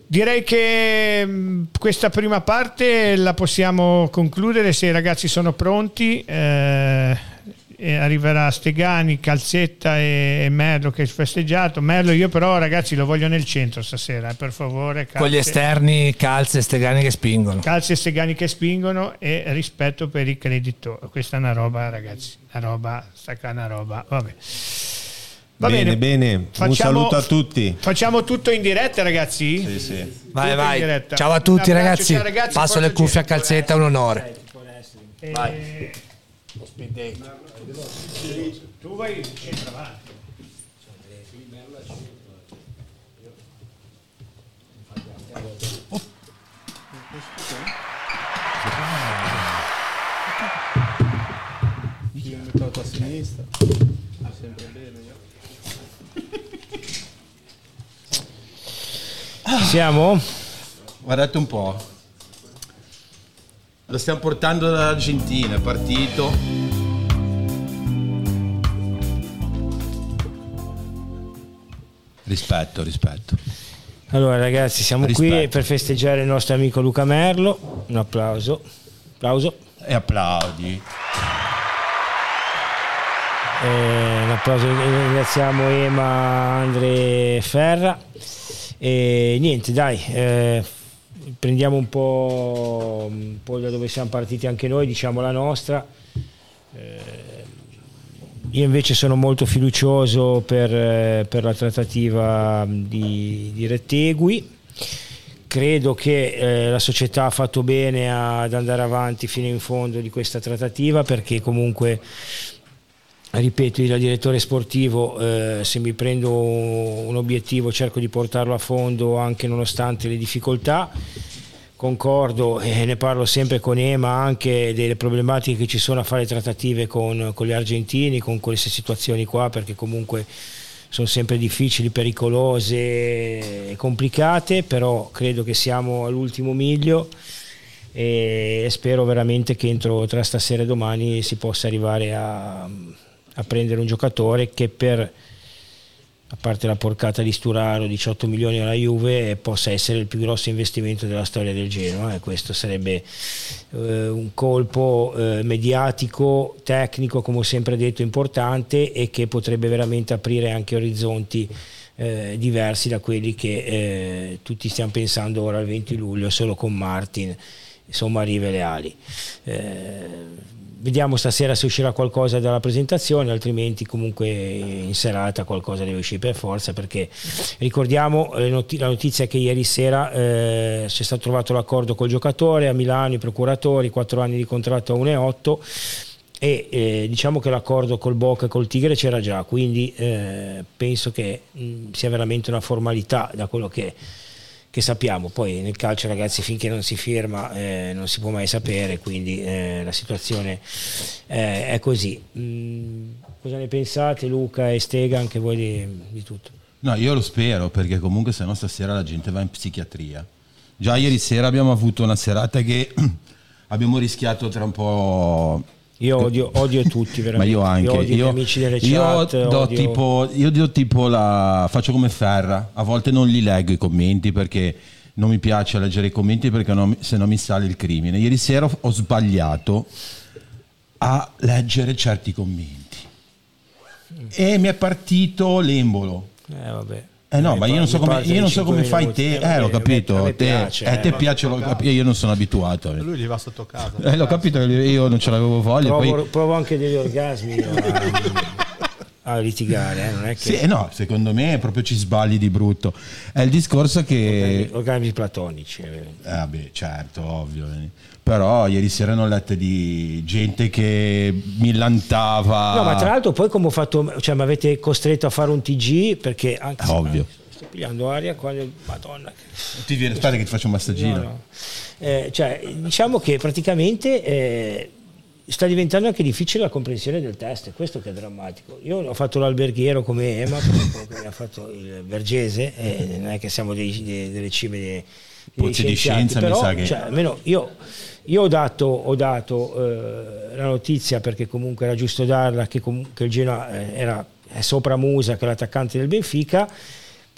Direi che questa prima parte la possiamo concludere se i ragazzi sono pronti. Arriverà Stegani, Calzetta e Merlo che è festeggiato. Merlo io però ragazzi lo voglio nel centro stasera, per favore. Con gli esterni, Calze e Stegani che spingono. Calze e Stegani che spingono e rispetto per i creditori. Questa è una roba ragazzi, una roba, vabbè. Va bene. Un saluto a tutti. Facciamo tutto in diretta ragazzi? Sì. Vai. Ciao a tutti ragazzi. Passo le cuffie a Calzetta, è un onore. Vai. Tu vai centro avanti. Io ho mettato a sinistra. Sempre bene. Siamo? Guardate un po'. Lo stiamo portando dall'Argentina, è partito. Rispetto. Allora ragazzi, siamo qui per festeggiare il nostro amico Luca Merlo. Un applauso. E applaudi. Un applauso, ringraziamo Ema, Andre Ferra. E niente, dai, prendiamo un po' da dove siamo partiti anche noi, diciamo la nostra. Io invece sono molto fiducioso per la trattativa di Rettegui. Credo che la società ha fatto bene ad andare avanti fino in fondo di questa trattativa, perché comunque, ripeto, io da direttore sportivo, se mi prendo un obiettivo cerco di portarlo a fondo anche nonostante le difficoltà. Concordo e ne parlo sempre con Ema anche delle problematiche che ci sono a fare trattative con gli argentini, con queste situazioni qua, perché comunque sono sempre difficili, pericolose e complicate, però credo che siamo all'ultimo miglio e spero veramente che tra stasera e domani si possa arrivare a prendere un giocatore che, a parte la porcata di Sturaro, 18 milioni alla Juve, possa essere il più grosso investimento della storia del Genoa. Questo sarebbe un colpo mediatico, tecnico, come ho sempre detto, importante, e che potrebbe veramente aprire anche orizzonti diversi da quelli che tutti stiamo pensando ora al 20 luglio solo con Martin, insomma, Rive Leali. Vediamo stasera se uscirà qualcosa dalla presentazione, altrimenti comunque in serata qualcosa deve uscire per forza, perché ricordiamo la notizia è che ieri sera c'è stato trovato l'accordo col giocatore a Milano, i procuratori, 4 anni di contratto a 1,8, e diciamo che l'accordo col Boca e col Tigre c'era già, quindi penso che sia veramente una formalità da quello che sappiamo. Poi nel calcio ragazzi, finché non si firma non si può mai sapere, quindi la situazione è così. Cosa ne pensate Luca e Stega, anche voi di tutto? No, io lo spero, perché comunque se no stasera la gente va in psichiatria. Già ieri sera abbiamo avuto una serata che abbiamo rischiato tra un po'. Io odio tutti veramente. Ma io anche. Io odio gli amici delle chat. Faccio come Ferra. A volte non li leggo i commenti perché non mi piace leggere i commenti, perché se no mi sale il crimine. Ieri sera ho sbagliato a leggere certi commenti e mi è partito l'embolo. Vabbè. No, ma io non so come fai te. L'ho capito. A te piace, io non sono abituato. Lui gli va sotto casa. L'ho capito, io non ce l'avevo voglia. Provo anche degli orgasmi a litigare, non è che. Sì, no, secondo me proprio ci sbagli di brutto. È il discorso che. Orgasmi platonici. Beh, certo, ovvio. Però ieri sera hanno letto di gente che millantava. No, ma tra l'altro poi come ho fatto, cioè mi avete costretto a fare un TG, perché anche ovvio. Sto pigliando aria quando, madonna. Ti viene, aspetta che ti faccio un massaggino. No. Cioè, diciamo che praticamente sta diventando anche difficile la comprensione del testo, è questo che è drammatico. Io ho fatto l'alberghiero come Ema, come ha fatto il Vergese, non è che siamo delle cime pozzi di scienza, però, mi sa che. Cioè, almeno io ho dato la notizia perché comunque era giusto darla, che il Genoa è sopra Musa, che è l'attaccante del Benfica.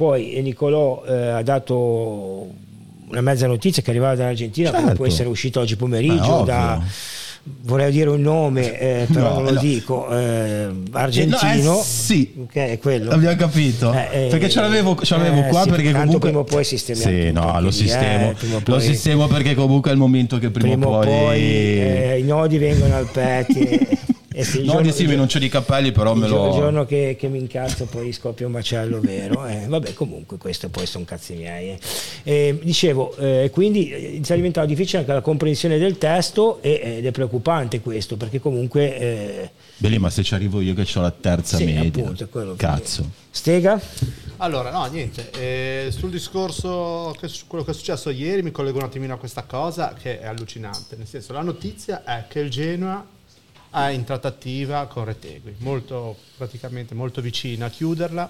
Poi Nicolò ha dato una mezza notizia che arrivava dall'Argentina, certo, come può essere uscita oggi pomeriggio vorrei dire un nome, però non lo dico, argentino. Sì, okay, è quello. Abbiamo capito. Perché ce l'avevo qua, sì, perché comunque prima o poi sistemiamo. Sì, no, lo sistemo perché comunque è il momento che prima o poi i nodi vengono al pettine. Nodi sì, non c'ho di capelli, però me lo... Il giorno che mi incazzo poi scoppia un macello vero. Vabbè, comunque questo poi sono cazzi miei. Dicevo, quindi sta diventando difficile anche la comprensione del testo ed è preoccupante questo, perché comunque... Beh, ma se ci arrivo io che ho la terza media, appunto, cazzo. Stega? Allora, no, niente, sul discorso, quello che è successo ieri, mi collego un attimino a questa cosa che è allucinante, nel senso, la notizia è che il Genoa è in trattativa con Retegui, praticamente molto vicina a chiuderla,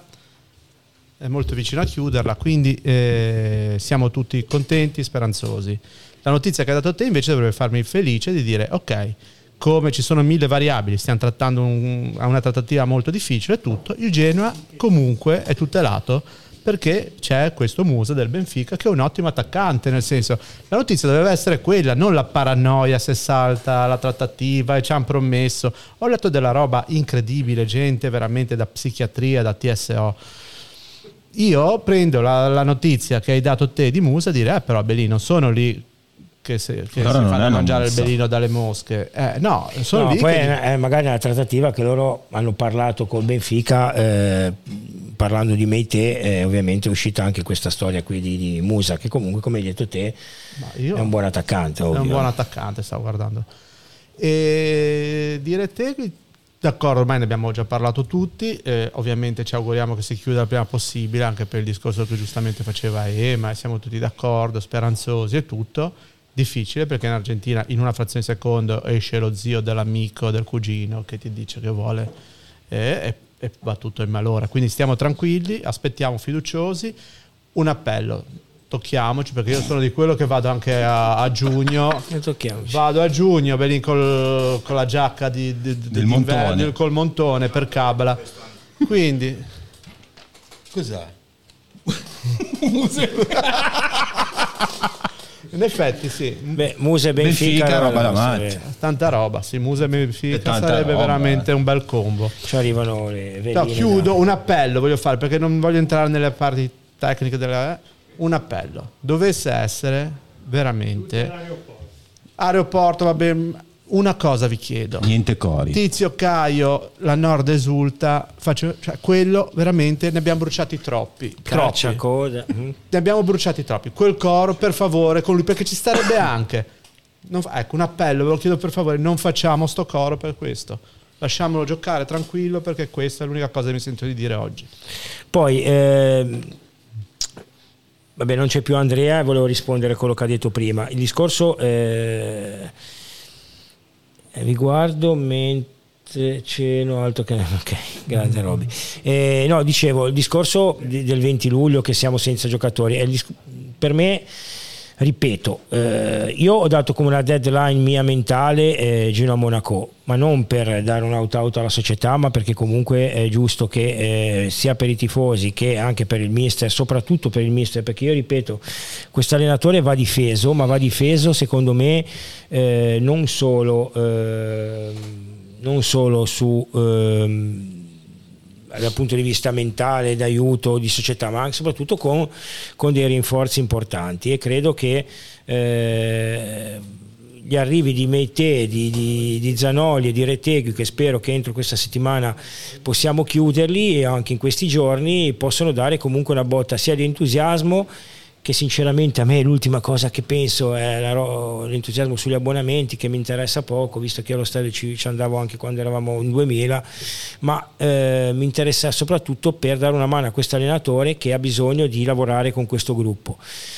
quindi siamo tutti contenti e speranzosi. La notizia che hai dato te invece dovrebbe farmi felice di dire ok, come ci sono 1000 variabili, stiamo trattando una trattativa molto difficile e tutto, il Genoa comunque è tutelato perché c'è questo Musa del Benfica che è un ottimo attaccante, nel senso, la notizia doveva essere quella, non la paranoia se salta la trattativa e ci hanno promesso. Ho letto della roba incredibile, gente veramente da psichiatria, da TSO. Io prendo la notizia che hai dato te di Musa e dire però Belino sono lì che si fanno mangiare il belino dalle mosche, no, sono lì poi è magari una trattativa che loro hanno parlato col Benfica, parlando di Meite, ovviamente è uscita anche questa storia qui di Musa, che comunque, come hai detto te, è un buon attaccante, ovvio. È un buon attaccante, stavo guardando. E di Retegui, d'accordo, ormai ne abbiamo già parlato tutti, ovviamente ci auguriamo che si chiuda il prima possibile, anche per il discorso che giustamente faceva Ema, e siamo tutti d'accordo, speranzosi e tutto. Difficile perché in Argentina in una frazione di secondo esce lo zio dell'amico, del cugino che ti dice che vuole e va tutto in malora, quindi stiamo tranquilli, aspettiamo fiduciosi. Un appello, tocchiamoci, perché io sono di quello che vado anche a giugno, vado a giugno con la giacca del montone, col montone per Cabala, quindi cos'è? in effetti sì. Beh, Musa e Benfica roba da matti. Tanta roba, sì, Musa e Benfica sarebbe veramente un bel combo. Ci arrivano le veline. No, chiudo, un appello voglio fare, perché non voglio entrare nelle parti tecniche un appello. Dovesse essere veramente aeroporto, vabbè, una cosa vi chiedo. Niente cori. Tizio Caio, la Nord esulta, quello veramente ne abbiamo bruciati troppi. Coda. Ne abbiamo bruciati troppi. Quel coro, per favore, con lui, perché ci starebbe anche. Ecco, un appello, ve lo chiedo per favore, non facciamo sto coro per questo. Lasciamolo giocare tranquillo, perché questa è l'unica cosa che mi sento di dire oggi. Poi, vabbè, non c'è più Andrea e volevo rispondere a quello che ha detto prima. Il discorso... vi guardo mentre ceno, altro che ok, grande Roby. No, dicevo, il discorso del 20 luglio che siamo senza giocatori per me, ripeto, io ho dato come una deadline mia mentale Genoa-Monaco, ma non per dare un out alla società, ma perché comunque è giusto che sia per i tifosi che anche per il mister, soprattutto per il mister, perché io ripeto, questo allenatore va difeso, ma va difeso secondo me non solo su dal punto di vista mentale, d'aiuto, di società, ma anche soprattutto con dei rinforzi importanti, e credo che gli arrivi di Meite, di Zanoli e di Retegui, che spero che entro questa settimana possiamo chiuderli, e anche in questi giorni possono dare comunque una botta sia di entusiasmo, che sinceramente a me l'ultima cosa che penso è l'entusiasmo sugli abbonamenti, che mi interessa poco, visto che allo stadio ci andavo anche quando eravamo in 2000, ma mi interessa soprattutto per dare una mano a questo allenatore che ha bisogno di lavorare con questo gruppo.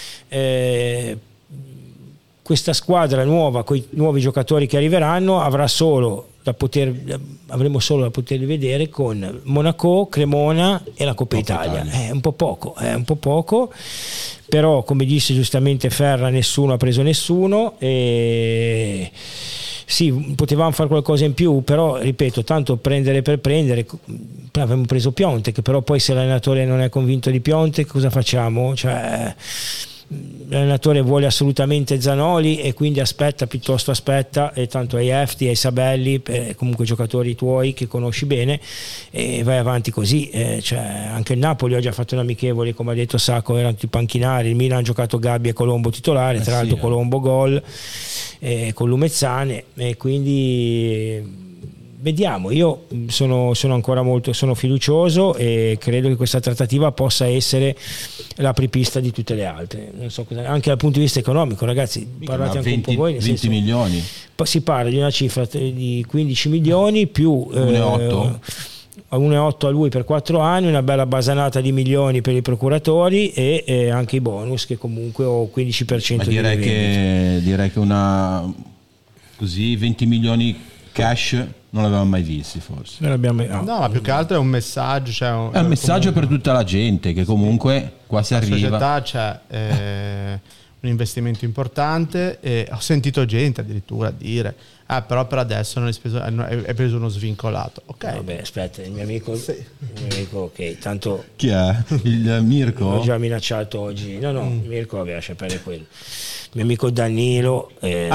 Questa squadra nuova, con i nuovi giocatori che arriveranno, avremo solo da poterli vedere con Monaco, Cremona e la Coppa Italia. È un po' poco, però come disse giustamente Ferra, nessuno ha preso nessuno, e sì, potevamo fare qualcosa in più, però ripeto, tanto prendere per prendere, abbiamo preso Piontek, però poi se l'allenatore non è convinto di Piontek cosa facciamo? Cioè, l'allenatore vuole assolutamente Zanoli e quindi piuttosto aspetta, e tanto hai Efti, hai Sabelli, comunque giocatori tuoi che conosci bene, e vai avanti così. Cioè, anche il Napoli oggi ha fatto un amichevole, come ha detto Sacco, erano tutti panchinari. Il Milan ha giocato Gabbi e Colombo titolare, tra l'altro Colombo gol con Lumezzane, e quindi vediamo. Io sono ancora sono fiducioso e credo che questa trattativa possa essere l'apripista di tutte le altre. Non so cosa, anche dal punto di vista economico, ragazzi, parlate anche 20, un po' voi. 20 milioni. Si parla di una cifra di 15 milioni più 1,8 a lui per 4 anni, una bella basanata di milioni per i procuratori e anche i bonus, che comunque ho 15% Ma di vendita. Direi che una così 20 milioni cash non l'avevamo mai visti, forse. No, ma più che altro è un messaggio, cioè è un messaggio per tutta la gente che comunque qua si arriva. La società c'è un investimento importante, e ho sentito gente addirittura dire però per adesso non è preso uno svincolato. Ok, vabbè, aspetta, il mio amico ok, tanto chi è? Il Mirko? L'ho già minacciato oggi. No, Mirko, vabbè, lascia perdere quello. Il mio amico Danilo,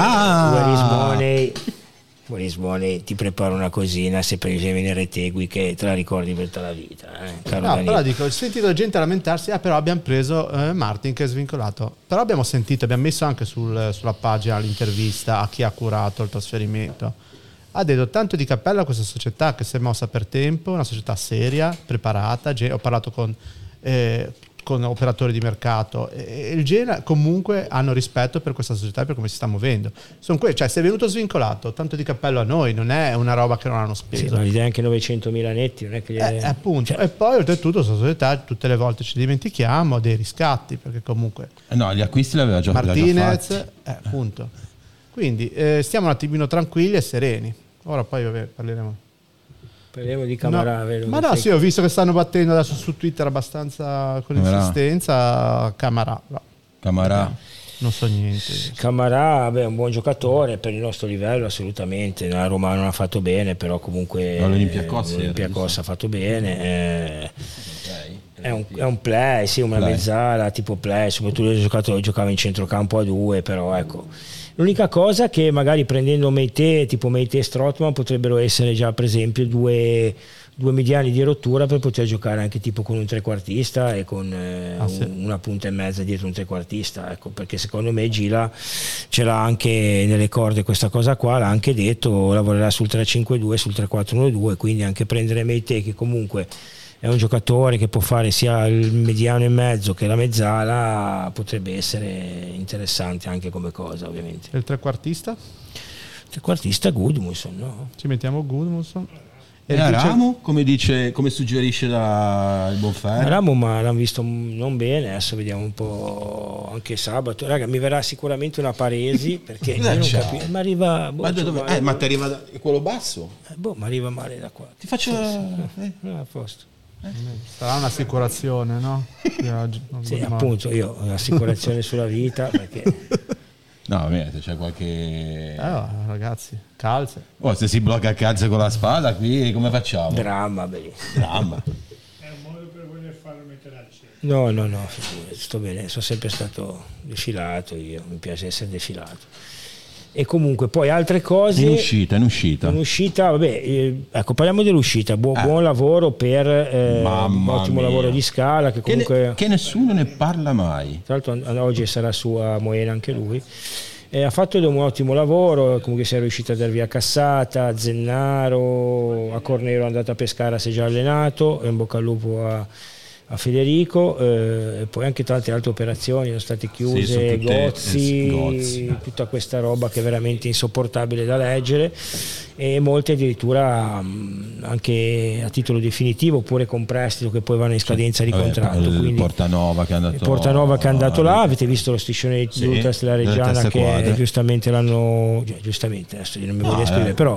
Where is money, ti preparo una cosina se prendi venire Tegui che te la ricordi per tutta la vita, caro Danilo. Però dico, ho sentito gente lamentarsi, però abbiamo preso Martin che è svincolato, però abbiamo messo anche sulla pagina l'intervista a chi ha curato il trasferimento. Ha detto tanto di cappello a questa società che si è mossa per tempo, una società seria, preparata. Ho parlato con operatori di mercato e il Genoa comunque hanno rispetto per questa società e per come si sta muovendo. Cioè, se è venuto svincolato, tanto di cappello a noi, non è una roba che non hanno speso. Sì, ma gli dai anche 900.000 netti, non è che appunto. Cioè, e poi oltretutto questa società tutte le volte ci dimentichiamo dei riscatti, perché comunque no, gli acquisti l'aveva già Martinez, appunto. Quindi stiamo un attimino tranquilli e sereni. Ora poi parleremo di Camarà, vero? Ma no, sì, ho visto che stanno battendo adesso su Twitter abbastanza con insistenza. Camarà non so niente. Camarà è un buon giocatore per il nostro livello, assolutamente. La Roma non ha fatto bene, però comunque l'Olympiakos ha fatto bene. È un play, sì, una mezzala tipo play, soprattutto giocava in centrocampo a 2, però ecco. L'unica cosa che magari prendendo Meite e Strootman potrebbero essere già per esempio due mediani di rottura per poter giocare anche tipo con un trequartista e con una punta e mezza dietro un trequartista, ecco, perché secondo me Gila ce l'ha anche nelle corde questa cosa qua, l'ha anche detto, lavorerà sul 3-5-2, sul 3-4-1-2, quindi anche prendere Meite, che comunque è un giocatore che può fare sia il mediano e mezzo che la mezzala, potrebbe essere interessante anche come cosa, ovviamente. E il trequartista? Gudmundsson, no? Ci mettiamo Gudmundsson. E Ramo, come suggerisce il Bonferro? Ramo, ma l'hanno visto non bene, adesso vediamo un po' anche sabato. Raga, mi verrà sicuramente una Paresi, perché io non capisco, ma arriva... ma ti arriva da quello basso? Ma arriva male da qua. Ti faccio... a posto. Sarà un'assicurazione, no? Sì, appunto, io ho l'assicurazione sulla vita, perché... No, se c'è qualche... ragazzi, calze. Se si blocca a calze con la spada, qui come facciamo? Dramma. È un modo per voler farlo mettere al centro. No, sto bene, sono sempre stato defilato, io mi piace essere defilato. E comunque poi altre cose in uscita vabbè, ecco, parliamo dell'uscita. Buon lavoro per ottimo lavoro di Scala, che comunque che nessuno ne parla mai, tra l'altro oggi sarà su a Moena anche lui, ha fatto un ottimo lavoro, comunque si è riuscito a dar via Cassata, Zennaro, a Cornero è andato a Pescara, si è già allenato, in bocca al lupo a Federico, e poi anche tante altre operazioni sono state chiuse, Gozzi, tutta questa roba che è veramente insopportabile da leggere, e molte addirittura anche a titolo definitivo oppure con prestito che poi vanno in scadenza di contratto. Quindi Portanova che è andato là, avete visto lo striscione di Lutas della Reggiana che giustamente l'hanno adesso io non mi voglio esprimere, però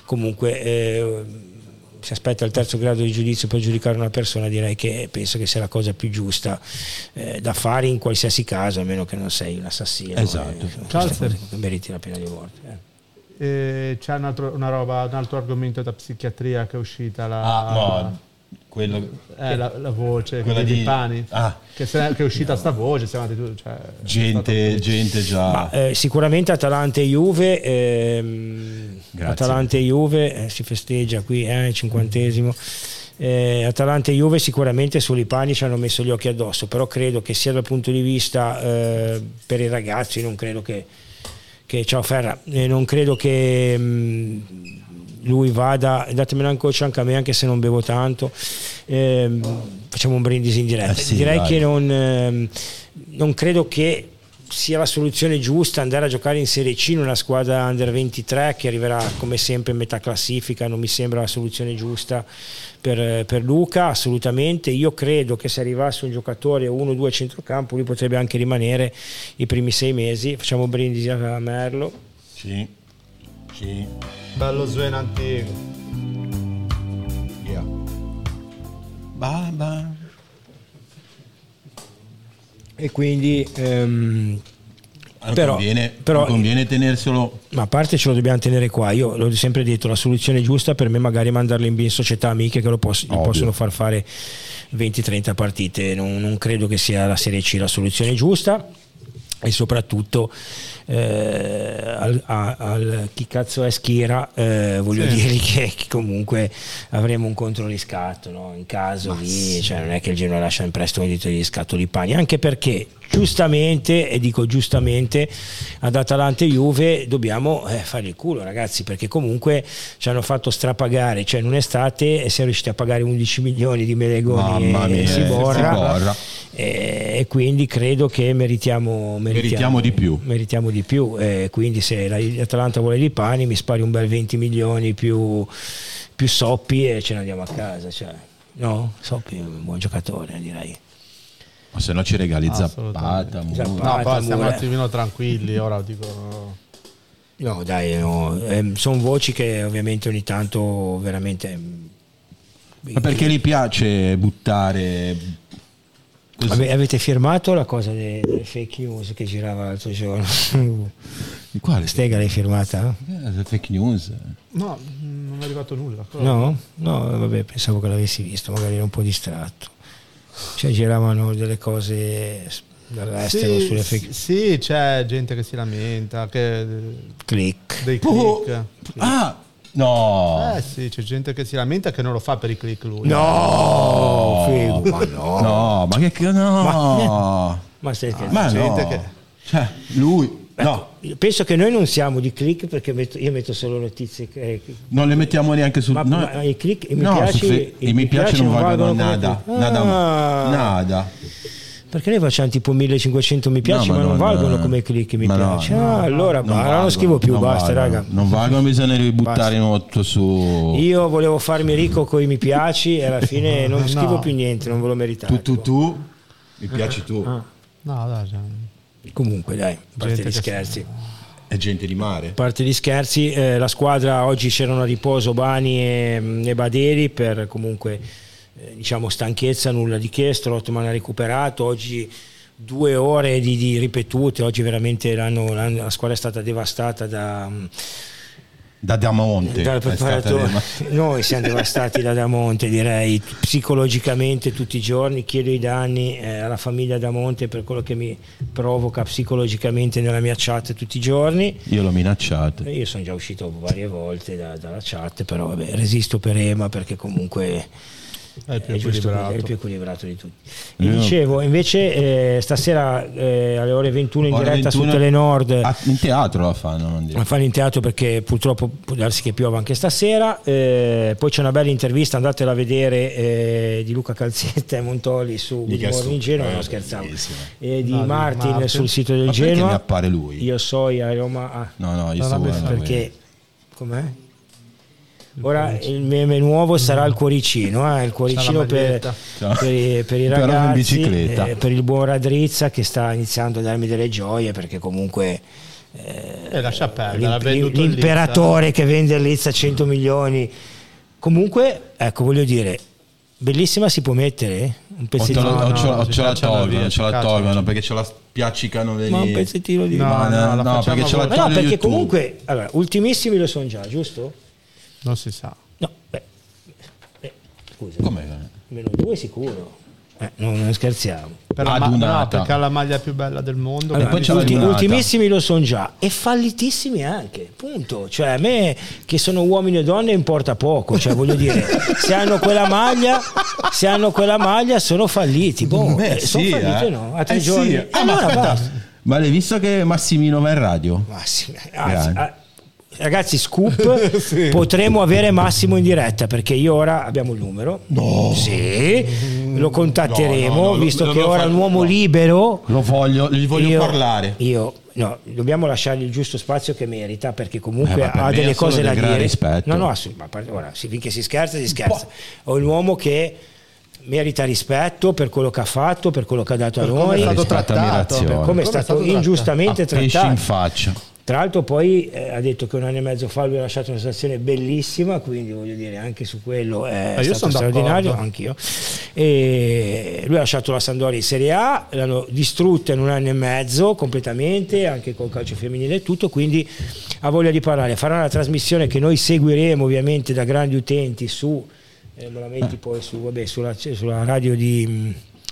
comunque si aspetta il terzo grado di giudizio per giudicare una persona. Direi che penso che sia la cosa più giusta da fare in qualsiasi caso, a meno che non sei un assassino, che meriti la pena di morte. C'è un altro argomento da psichiatria che è uscita la voce di Pani, che è uscita sta voce, siamo andati tutti, cioè, gente già. Ma, sicuramente Atalanta e Juve, si festeggia qui, 50esimo. Atalanta e Juve sicuramente sui Pani ci hanno messo gli occhi addosso, però credo che sia dal punto di vista per i ragazzi, non credo che ciao Ferra, non credo che lui vada, datemelo anche a me, anche se non bevo tanto, facciamo un brindisi in diretta. Direi che non credo che sia la soluzione giusta andare a giocare in Serie C in una squadra under 23 che arriverà come sempre in metà classifica. Non mi sembra la soluzione giusta per Luca, assolutamente. Io credo che se arrivasse un giocatore 1-2 a centrocampo lui potrebbe anche rimanere i primi 6 mesi. Facciamo un brindisi a Merlo. Sì. Bello Sven antico. Yeah. Bye. E quindi però conviene tenerselo. Ma a parte ce lo dobbiamo tenere qua. Io l'ho sempre detto, la soluzione giusta per me magari mandarlo in B in società amiche che gli possono far fare 20-30 partite. Non credo che sia la Serie C la soluzione giusta, e soprattutto chi cazzo è Schira, voglio dirgli che comunque avremo un controriscatto, no? In caso cioè non è che il Genoa lascia in prestito un diritto di riscatto di Pani, anche perché giustamente, e dico giustamente, ad Atalanta e Juve dobbiamo fare il culo, ragazzi, perché comunque ci hanno fatto strapagare, cioè in un'estate, e siamo riusciti a pagare 11 milioni di Melegoni e Siborra, e quindi credo che meritiamo di più. Quindi se l'Atalanta vuole di Pani, mi spari un bel 20 milioni più Soppi e ce ne andiamo a casa, cioè, no? Soppi è un buon giocatore, direi. Ma se no ci regali Zappata. No, poi stiamo un attimino tranquilli, ora dico no dai, sono voci che ovviamente ogni tanto veramente. Ma perché gli piace buttare così? Avete firmato la cosa delle fake news che girava l'altro giorno? Di quale? Stega l'hai firmata? Fake news? No, non è arrivato nulla. No, vabbè, pensavo che l'avessi visto, magari ero un po' distratto. Cioè giravano delle cose dall'estero sulle fake. Sì, c'è gente che si lamenta, che click. Dei click. No. Sì, c'è gente che si lamenta che non lo fa per i click lui. No, figo, ma no. No, ma che no. Ma stai scherzando? Ma gente no. che Cioè, lui no. Penso che noi non siamo di click, perché io metto solo notizie non le mettiamo neanche sul ma i click, i mi piace non valgono nada. Perché noi facciamo tipo 1500 mi piace, ma non valgono come click mi piace. Allora non scrivo più, basta, raga. Non valgono, bisogna ributtare in otto su. Io volevo farmi ricco con i mi piaci e alla fine non scrivo più niente, non ve lo meritate. Tu mi piaci tu. No, dai. Comunque dai, a parte gli scherzi. È gente di mare. A parte gli scherzi, la squadra oggi c'erano a riposo Bani e Baderi per comunque diciamo stanchezza, nulla di che. Strootman ha recuperato oggi 2 ore di ripetute. Oggi veramente la squadra è stata devastata da Damonte. Noi siamo devastati da Damonte, direi, psicologicamente tutti i giorni. Chiedo i danni alla famiglia Damonte per quello che mi provoca psicologicamente nella mia chat tutti i giorni. Io l'ho minacciato. Io sono già uscito varie volte dalla chat, però vabbè, resisto per Ema perché comunque è il più equilibrato di tutti. E dicevo invece stasera alle ore 21 in diretta 21, su Telenord in teatro la fanno in teatro, perché purtroppo può darsi che piova anche stasera. Poi c'è una bella intervista, andatela a vedere, di Luca Calzetta e Montoli su Morning Genoa, non scherzavo, di Martin sul sito del Genoa. Perché mi appare lui? Io so a Roma perché com'è? Ora il meme nuovo sarà il cuoricino, il cuoricino per i ragazzi, per il buon Radrizza che sta iniziando a darmi delle gioie, perché comunque lascia perdere, l'imperatore che vende il Leeds a 100 milioni. Comunque, ecco, voglio dire, bellissima, si può mettere un pezzettino. Ce la tolgono perché ce la spiaccicano lì. Ma un pezzettino di no, perché ce la tolgono. Perché comunque, allora, ultimissimi lo sono già, giusto? Non si sa. No, scusa. Come? -2 sicuro. Non scherziamo. Perché ha la maglia più bella del mondo. Allora, poi ultimissimi lo sono già e fallitissimi anche, punto. Cioè a me che sono uomini e donne importa poco, cioè voglio dire, se hanno quella maglia sono falliti. Sono falliti no? A 3 giorni. Sì. Ma l'hai visto che Massimino va in radio? Ragazzi, scoop, sì. Potremo avere Massimo in diretta perché io ora abbiamo il numero. No. Sì, lo contatteremo visto che ora è un uomo libero. Gli voglio parlare. Dobbiamo lasciargli il giusto spazio che merita perché comunque ha delle cose da dire. Rispetto. No, ora finché si scherza. Ho un uomo che merita rispetto per quello che ha fatto, per quello che ha dato a noi, come è stato trattato, per come è stato ingiustamente trattato. In faccia. Tra l'altro poi ha detto che 1 anno e mezzo fa lui ha lasciato una situazione bellissima, quindi voglio dire anche su quello è stato straordinario, anch'io. E lui ha lasciato la Sampdoria in Serie A, l'hanno distrutta in 1 anno e mezzo completamente, anche col calcio femminile e tutto, quindi ha voglia di parlare. Farà una trasmissione che noi seguiremo ovviamente da grandi utenti su me la metti poi sulla radio di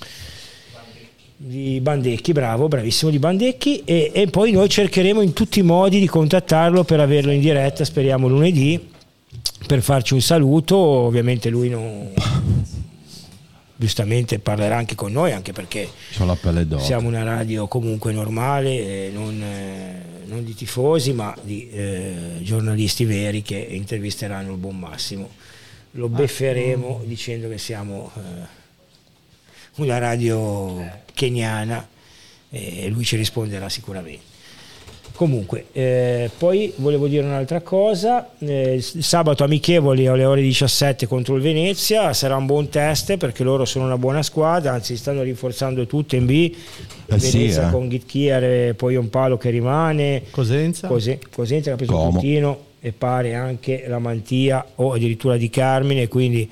Bandecchi, bravissimo di Bandecchi e poi noi cercheremo in tutti i modi di contattarlo per averlo in diretta, speriamo lunedì, per farci un saluto. Ovviamente lui giustamente parlerà anche con noi, anche perché siamo una radio comunque normale, non di tifosi ma di giornalisti veri che intervisteranno il buon Massimo. Lo befferemo dicendo che siamo una radio keniana e lui ci risponderà sicuramente. Comunque poi volevo dire un'altra cosa, sabato amichevoli alle ore 17 contro il Venezia, sarà un buon test perché loro sono una buona squadra, anzi stanno rinforzando tutto in B, Venezia con Gitkier e poi un palo che rimane, Cosenza che ha preso un puntino e pare anche la Mantia o addirittura Di Carmine, quindi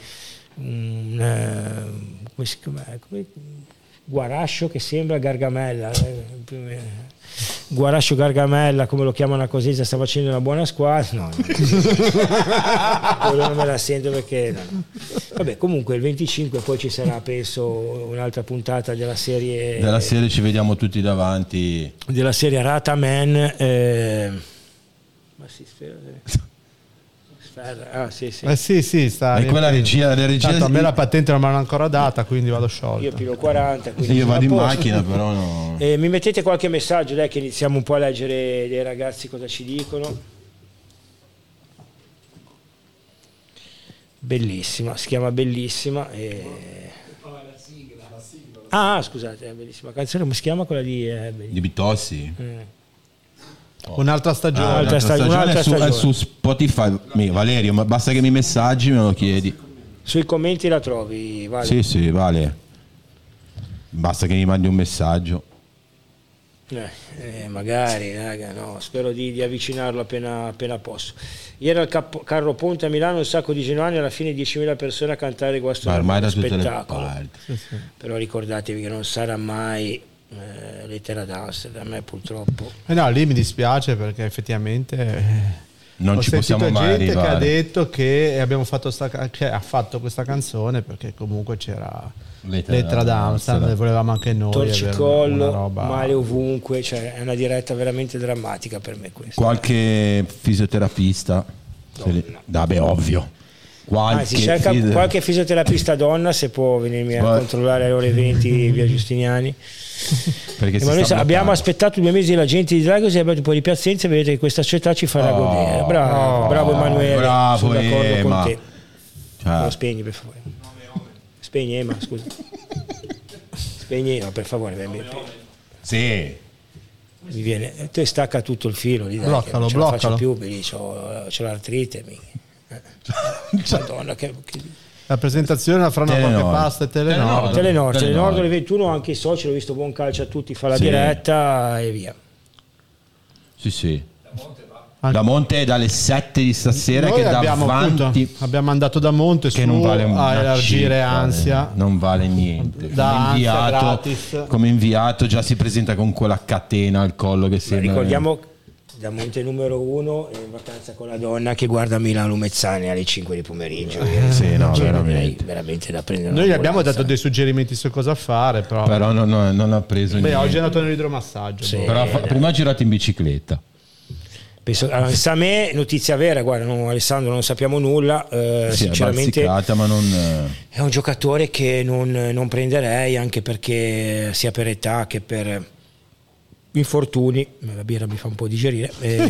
Guarascio che sembra Gargamella, Guarascio Gargamella come lo chiamano a Cosenza, sta facendo una buona squadra. Quello non me la sento perché vabbè, comunque il 25 poi ci sarà penso un'altra puntata della serie ci vediamo tutti davanti, della serie Rataman ma si spera sì, sta e quella regia tanto a me la patente non me l'hanno ancora data, quindi vado sciolto. Io pilo 40, io vado in macchina però no. Mi mettete qualche messaggio che iniziamo un po' a leggere dei ragazzi cosa ci dicono. Bellissima, si chiama Bellissima scusate, è bellissima canzone, come si chiama quella di Bitossi? Un'altra stagione, un'altra stagione. È su Spotify. Valerio, ma basta che mi messaggi, me lo chiedi. Sui commenti la trovi, Vale? Sì, Vale. Basta che mi mandi un messaggio. Magari, raga, no, spero di avvicinarlo appena posso. Ieri al Carro Ponte a Milano un sacco di genuani, alla fine 10.000 persone a cantare questo spettacolo. Sì. Però ricordatevi che non sarà mai lettera dance da me purtroppo. No, lì mi dispiace perché effettivamente non ci possiamo mai gente arrivare. Che ha detto che abbiamo fatto che ha fatto questa canzone perché comunque c'era lettera d'Amsterdam, volevamo anche noi torcicollo, male ovunque, cioè è una diretta veramente drammatica per me questa. Qualche fisioterapista? Vabbè, ovvio. Si cerca qualche fisioterapista donna, se può venirmi a controllare alle ore 20 via Giustiniani. Perché noi abbiamo aspettato 2 mesi la gente di Dragos e abbiamo un po' di pazienza, vedete che questa società ci farà godere. Bravo Emanuele, sono d'accordo con te. Lo spegni per favore. Spegni Ema, scusa. Spegni, no, per favore. Sì. Mi viene, te stacca tutto il filo, bloccalo. Non ce la faccio più, c'ho l'artrite. Madonna, la presentazione la faranno qualche pasta e Telenord alle 21, anche i soci, l'ho visto Buon Calcio a tutti, fa la diretta e via. Sì. Da Monte è dalle 7 di stasera. Noi che davanti abbiamo mandato da Monte che non vale a elargire Ansia, non vale niente come inviato già si presenta con quella catena al collo che sembra. Ricordiamo Da Monte numero 1 in vacanza con la donna che guarda Milano Lumezzane alle 5 di pomeriggio. Sì, no, veramente. Veramente da prendere. Noi gli abbiamo dato dei suggerimenti su cosa fare, però non ha preso niente. Oggi è andato nell'idromassaggio. Sì. Però prima ha girato in bicicletta. Penso, Samé, notizia vera, guarda, Alessandro, non sappiamo nulla, sinceramente ma non... è un giocatore che non prenderei, anche perché sia per età che per infortuni, la birra mi fa un po' digerire,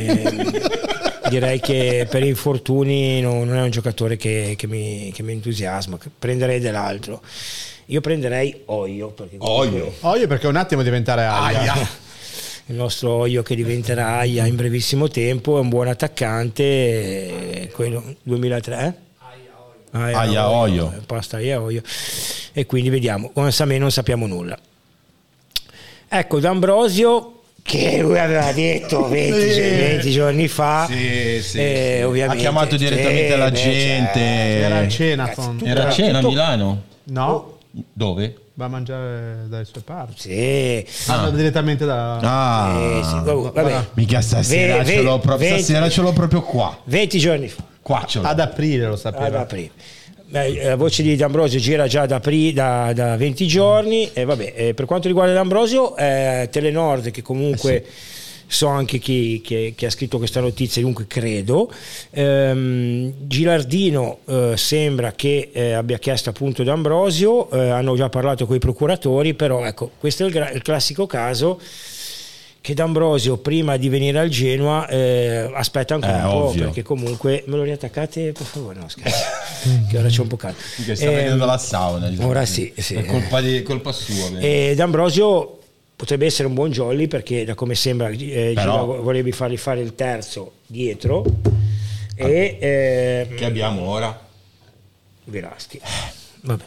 direi che per infortuni non è un giocatore che mi entusiasma. Prenderei dell'altro, io prenderei Oio perché un attimo diventare Aia. Il nostro Oio che diventerà Aia in brevissimo tempo, è un buon attaccante, quello 2003 Aia Oio, pasta Aia Oio, e quindi vediamo. Con Samé non sappiamo nulla. Ecco, D'Ambrosio, che lui aveva detto 20 giorni fa, ovviamente, ha chiamato direttamente la gente. Era a cena era a cena a Milano? No. Dove? Va a mangiare dalle sue parti. Sì. Direttamente da... vabbè. Mica stasera ce l'ho proprio qua. 20 giorni fa. Qua ce l'ho. Ad aprile lo sapeva. Ad aprile. La voce di D'Ambrosio gira già da 20 giorni. Per quanto riguarda D'Ambrosio, Telenord, che comunque so anche chi ha scritto questa notizia, dunque credo, Gilardino sembra che abbia chiesto appunto D'Ambrosio, hanno già parlato con i procuratori, però ecco, questo è il classico caso che D'Ambrosio prima di venire al Genoa aspetta ancora un po', perché comunque me lo riattaccate per favore, no scherzo, che ora c'è un po' caldo, che sta venendo la sauna, ora sì. È colpa sua, e D'Ambrosio potrebbe essere un buon jolly, perché da come sembra vorrebbe fargli fare il terzo dietro, che abbiamo ora? Velaschi. Vabbè.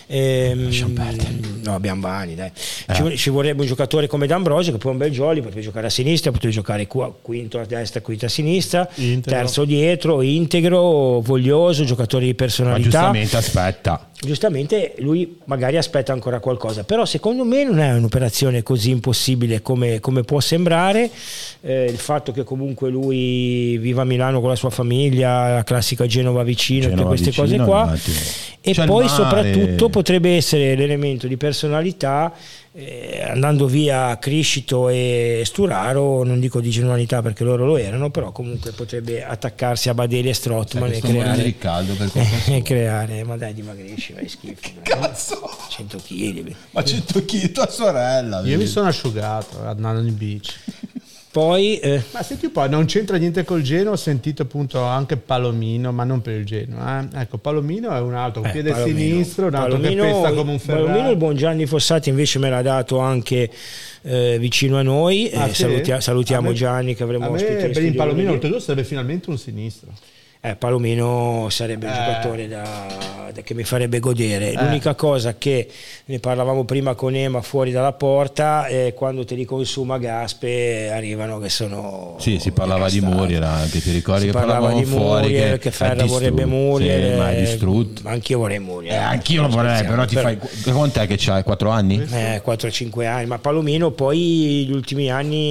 No, abbiamo Bani, dai. Ci vorrebbe un giocatore come D'Ambrosio, che poi è un bel jolly, potrebbe giocare a sinistra, potrebbe giocare quinto a destra, quinto a sinistra, terzo dietro, integro, voglioso, giocatore di personalità. Ma Giustamente lui magari aspetta ancora qualcosa, però secondo me non è un'operazione così impossibile come può sembrare. Il fatto che comunque lui viva a Milano con la sua famiglia, la classica Genova vicino, tutte queste cose qua, e poi soprattutto potrebbe essere l'elemento di personalità, andando via Criscito e Sturaro, non dico di genuinità perché loro lo erano, però comunque potrebbe attaccarsi a Badeli e Strottman e creare Riccardo per creare, ma dai, dimagrisci, vai schifo. Cazzo, 100 kg. Ma 100 kg tua sorella. Io mi sono asciugato andando in bici. Poi ma senti un po', non c'entra niente col Genoa, ho sentito appunto anche Palomino, ma non per il Genoa, Ecco, Palomino è un altro, un piede sinistro, un altro che pesta come un Ferrari. Palomino, il buon Gianni Fossati invece me l'ha dato anche vicino a noi, salutiamo Gianni che avremo ospite. Per il Palomino oltretutto sarebbe finalmente un sinistro. Palomino sarebbe un giocatore che mi farebbe godere. L'unica cosa che ne parlavamo prima con Ema fuori dalla porta, quando te li consuma Gaspe arrivano che sono... Sì, si parlava di Muriel anche, ti ricordi? Si parlava di Muriel, che Ferra vorrebbe Muriel, ma è distrutto. Anch'io vorrei Muriel. Anch'io lo vorrei, però ti fai... Quant'è che c'hai? 4 anni? 4-5 anni, ma Palomino poi gli ultimi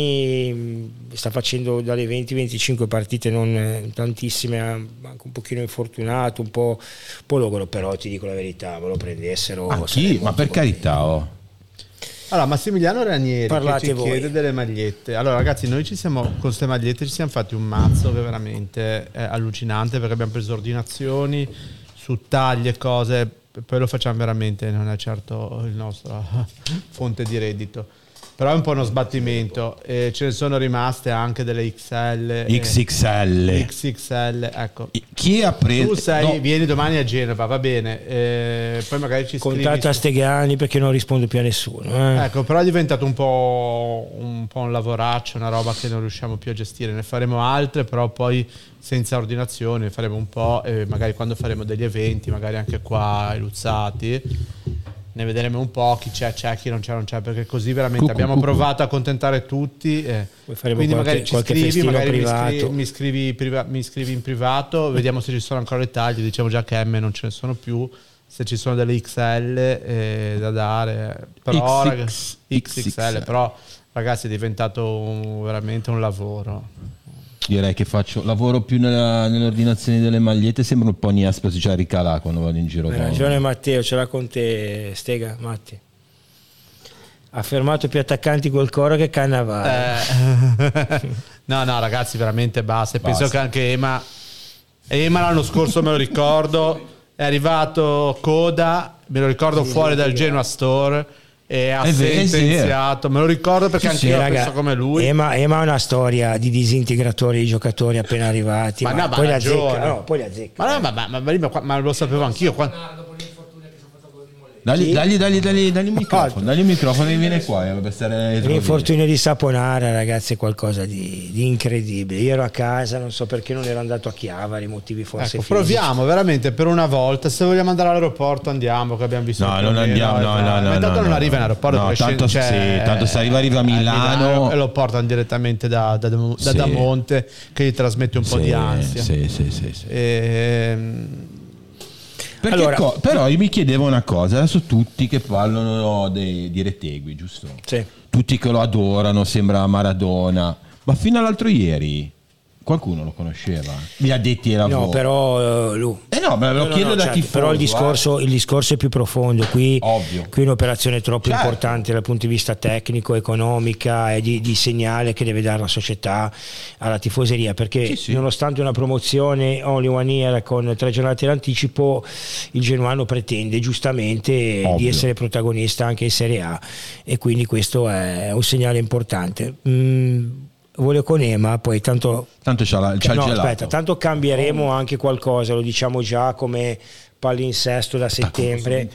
anni sta facendo dalle 20-25 partite, non tantissime, anche un pochino infortunato, un po' logoro, però ti dico la verità, me lo prendessero. Ma per carità, Allora, Massimiliano Ranieri parlate che ci voi. chiede delle magliette. Allora ragazzi, noi con queste magliette ci siamo fatti un mazzo che veramente è allucinante, perché abbiamo preso ordinazioni su taglie e cose, poi lo facciamo veramente, non è certo il nostro fonte di reddito. Però è un po' uno sbattimento, ce ne sono rimaste anche delle XXL, ecco. Chi ha preso? Tu vieni domani a Genova, va bene, poi magari ci scrivi. Contatta Stegani, perché non rispondo più a nessuno. Ecco, però è diventato un po' un lavoraccio, una roba che non riusciamo più a gestire. Ne faremo altre, però poi senza ordinazione faremo un po', e magari quando faremo degli eventi, magari anche qua ai Luzzati, ne vedremo un po' chi c'è, chi non c'è, perché così veramente abbiamo provato a contentare tutti. Quindi magari ci scrivi, magari mi scrivi in privato, vediamo se ci sono ancora le taglie, diciamo già che M non ce ne sono più, se ci sono delle XL da dare, però XXL, però ragazzi è diventato veramente un lavoro. Direi che lavoro più nell'ordinazione delle magliette, sembra un po' Niaspro, si cioè ricala quando vado in giro. Hai ragione Matteo, ce l'ha con te Stega, Matti. Ha fermato più attaccanti col Coro che Cannavale. No ragazzi, veramente basta. Penso che anche Ema l'anno scorso, me lo ricordo, è arrivato Coda, me lo ricordo fuori dal Genoa Store e ha sentenziato, me lo ricordo perché anche io penso come lui. Ema ha una storia di disintegratori di giocatori appena arrivati, poi li azzecca, ma lo sapevo anch'io Dagli un microfono e viene qua per stare. L'infortunio di Saponara, ragazzi, è qualcosa di incredibile. Io ero a casa, non so perché non ero andato a Chiavari, motivi forse fisici. Proviamo veramente per una volta, se vogliamo andare all'aeroporto andiamo, che abbiamo visto. No, non andiamo, tanto non arriva in aeroporto, tanto se arriva a Milano e lo portano direttamente da Damonte, che gli trasmette un po' di ansia. Però io mi chiedevo una cosa, adesso tutti che parlano di Retegui, giusto? Sì. Tutti che lo adorano, sembra Maradona, ma fino all'altro ieri qualcuno lo conosceva? Gli addetti ai lavori? No, però lui. Me lo chiedo da tifoso. Però il discorso è più profondo. Qui è un'operazione troppo certo. importante dal punto di vista tecnico, economica e di segnale che deve dare la società alla tifoseria. Perché nonostante una promozione only one year con 3 giornate d'anticipo, il genuano pretende giustamente di essere protagonista anche in Serie A. E quindi questo è un segnale importante. Voglio con Ema, poi tanto c'ha il gelato. Aspetta, tanto cambieremo anche qualcosa, lo diciamo già, come palinsesto da settembre,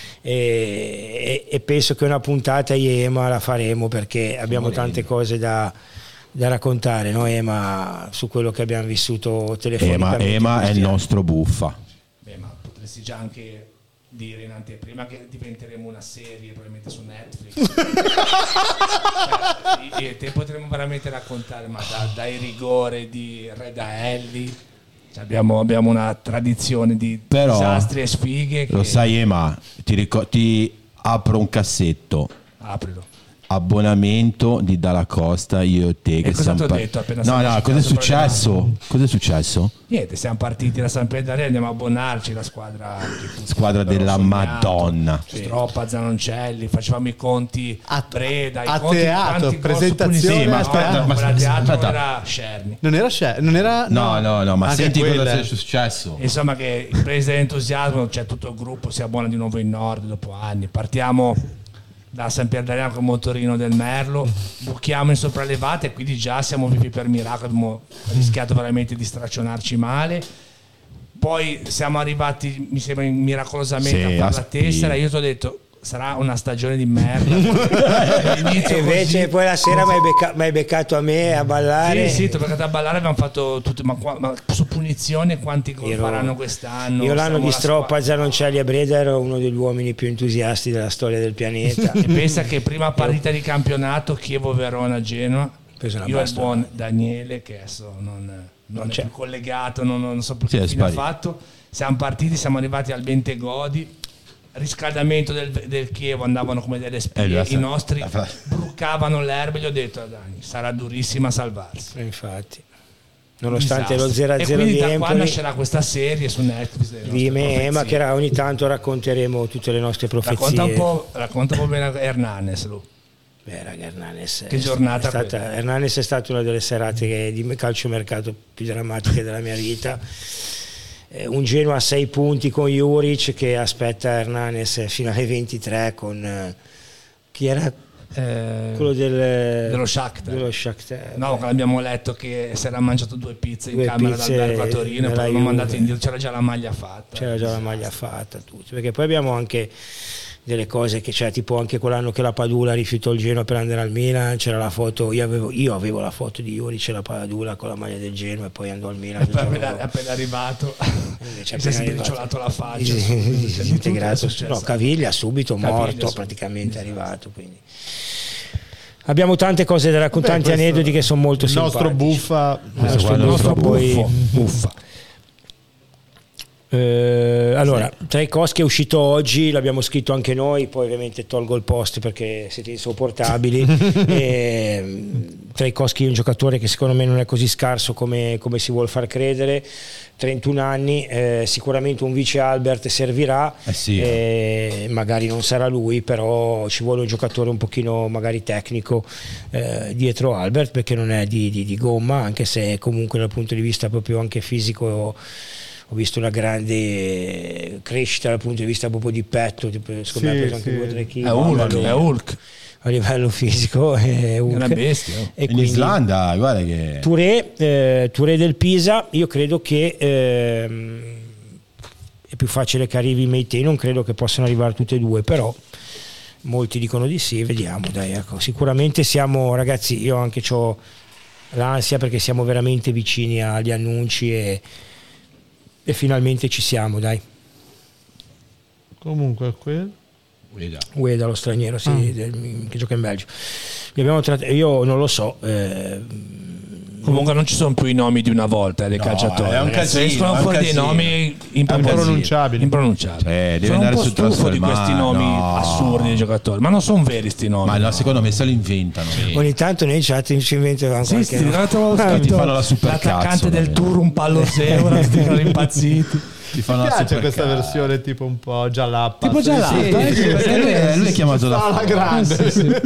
e penso che una puntata di Ema la faremo perché abbiamo tante cose da raccontare, no Ema, su quello che abbiamo vissuto telefonicamente. Ema è il nostro buffa. Ma potresti già anche dire in anteprima che diventeremo una serie probabilmente su Netflix. E te potremmo veramente raccontare, ma dai rigori di Redaelli, abbiamo una tradizione di disastri e sfighe. Lo sai Ema, ti apro un cassetto. Aprilo. Abbonamento di Dalla Costa, io e te. Che cosa ti ho detto appena? Cos'è successo? Cos'è successo? Niente, siamo partiti da San Pietro, andiamo a abbonarci, la squadra della sognato. Madonna. Stroppa, Zanoncelli, facevamo i conti a Breda, a teatro, presentazione. Ma teatro era Scerni. Non era Scerni? No, ma senti cosa è successo. Insomma, che presa d'entusiasmo, c'è tutto il gruppo, si abbona di nuovo in Nord dopo anni. Partiamo da San Pierdariano con il motorino del Merlo, buchiamo in sopraelevate e quindi già siamo vivi per miracolo, abbiamo rischiato veramente di straccionarci male. Poi siamo arrivati, mi sembra miracolosamente, a fare la tessera. Io ti ho detto sarà una stagione di merda. E invece poi la sera mi hai beccato a me a ballare. Sì, ti ho beccato a ballare, abbiamo fatto tutto, ma su punizione quanti gol faranno quest'anno? Io l'anno di Stroppa, Zanoncelli a Breda ero uno degli uomini più entusiasti della storia del pianeta. E pensa che prima partita di campionato Chievo-Verona-Genoa, io e il buon Daniele, che adesso non è più collegato, non so più che fine ha fatto, siamo partiti, siamo arrivati al Bentegodi, riscaldamento del Chievo, andavano come delle spie, i nostri brucavano l'erba, gli ho detto Dani, sarà durissima salvarsi. Infatti, nonostante lo 0-0 e quindi di da Empoli, qua nascerà questa serie su Netflix di me Ema, che ogni tanto racconteremo tutte le nostre profezie. Racconta un po' bene Hernanes, lui. Raga, Hernanes, che giornata Hernanes è stata una delle serate di calciomercato più drammatiche della mia vita. Un Genoa a 6 punti con Juric che aspetta Hernanes fino alle 23 con chi era? Quello dello Shakhtar. No, abbiamo letto che si era mangiato 2 pizze in camera d'albergo a Torino e poi l'hanno mandato indietro, c'era già la maglia fatta. Tutti, perché poi abbiamo anche delle cose che c'è, tipo anche quell'anno che la Padula rifiutò il Genoa per andare al Milan, c'era la foto, io avevo la foto di Juric, c'era la Padula con la maglia del Genoa e poi andò al Milan. E poi appena arrivato si è sbriciolato la faccia, Caviglia subito morto, praticamente arrivato, quindi abbiamo tante cose da raccontare, tanti aneddoti che sono molto simpatici. Il nostro buffa. Allora, Trajkovskij è uscito oggi, l'abbiamo scritto anche noi, poi ovviamente tolgo il post perché siete insopportabili. Trajkovskij è un giocatore che secondo me non è così scarso come si vuol far credere, 31 anni, sicuramente un vice Albert servirà, magari non sarà lui, però ci vuole un giocatore un pochino magari tecnico dietro Albert, perché non è di gomma, anche se comunque dal punto di vista proprio anche fisico ho visto una grande crescita dal punto di vista proprio di petto, secondo me ha preso anche 2-3 kg. È Hulk. A livello fisico è una bestia. E in Islanda, guarda che Touré del Pisa, io credo che è più facile che arrivi Meite, non credo che possano arrivare tutte e due, però molti dicono di sì, vediamo, dai, ecco. Sicuramente siamo, ragazzi, io anche ho l'ansia perché siamo veramente vicini agli annunci e finalmente ci siamo, dai. Comunque qui Ueda, lo straniero, che gioca in Belgio. Io non lo so. Comunque non ci sono più i nomi di una volta dei calciatori. È un casino, escono fuori dei nomi impronunciabili. Deve sono andare un po' su stufo di questi nomi assurdi dei giocatori, ma non sono veri sti nomi. Ma no, secondo me se lo inventano. Ogni tanto nei chat ci inventano ti fanno la supercazzo, l'attaccante del Tour un pallo Seura, stiano impazziti. Mi piace questa versione tipo un po' giallappa. Tipo giallappa, perché lui è chiamato alla grande.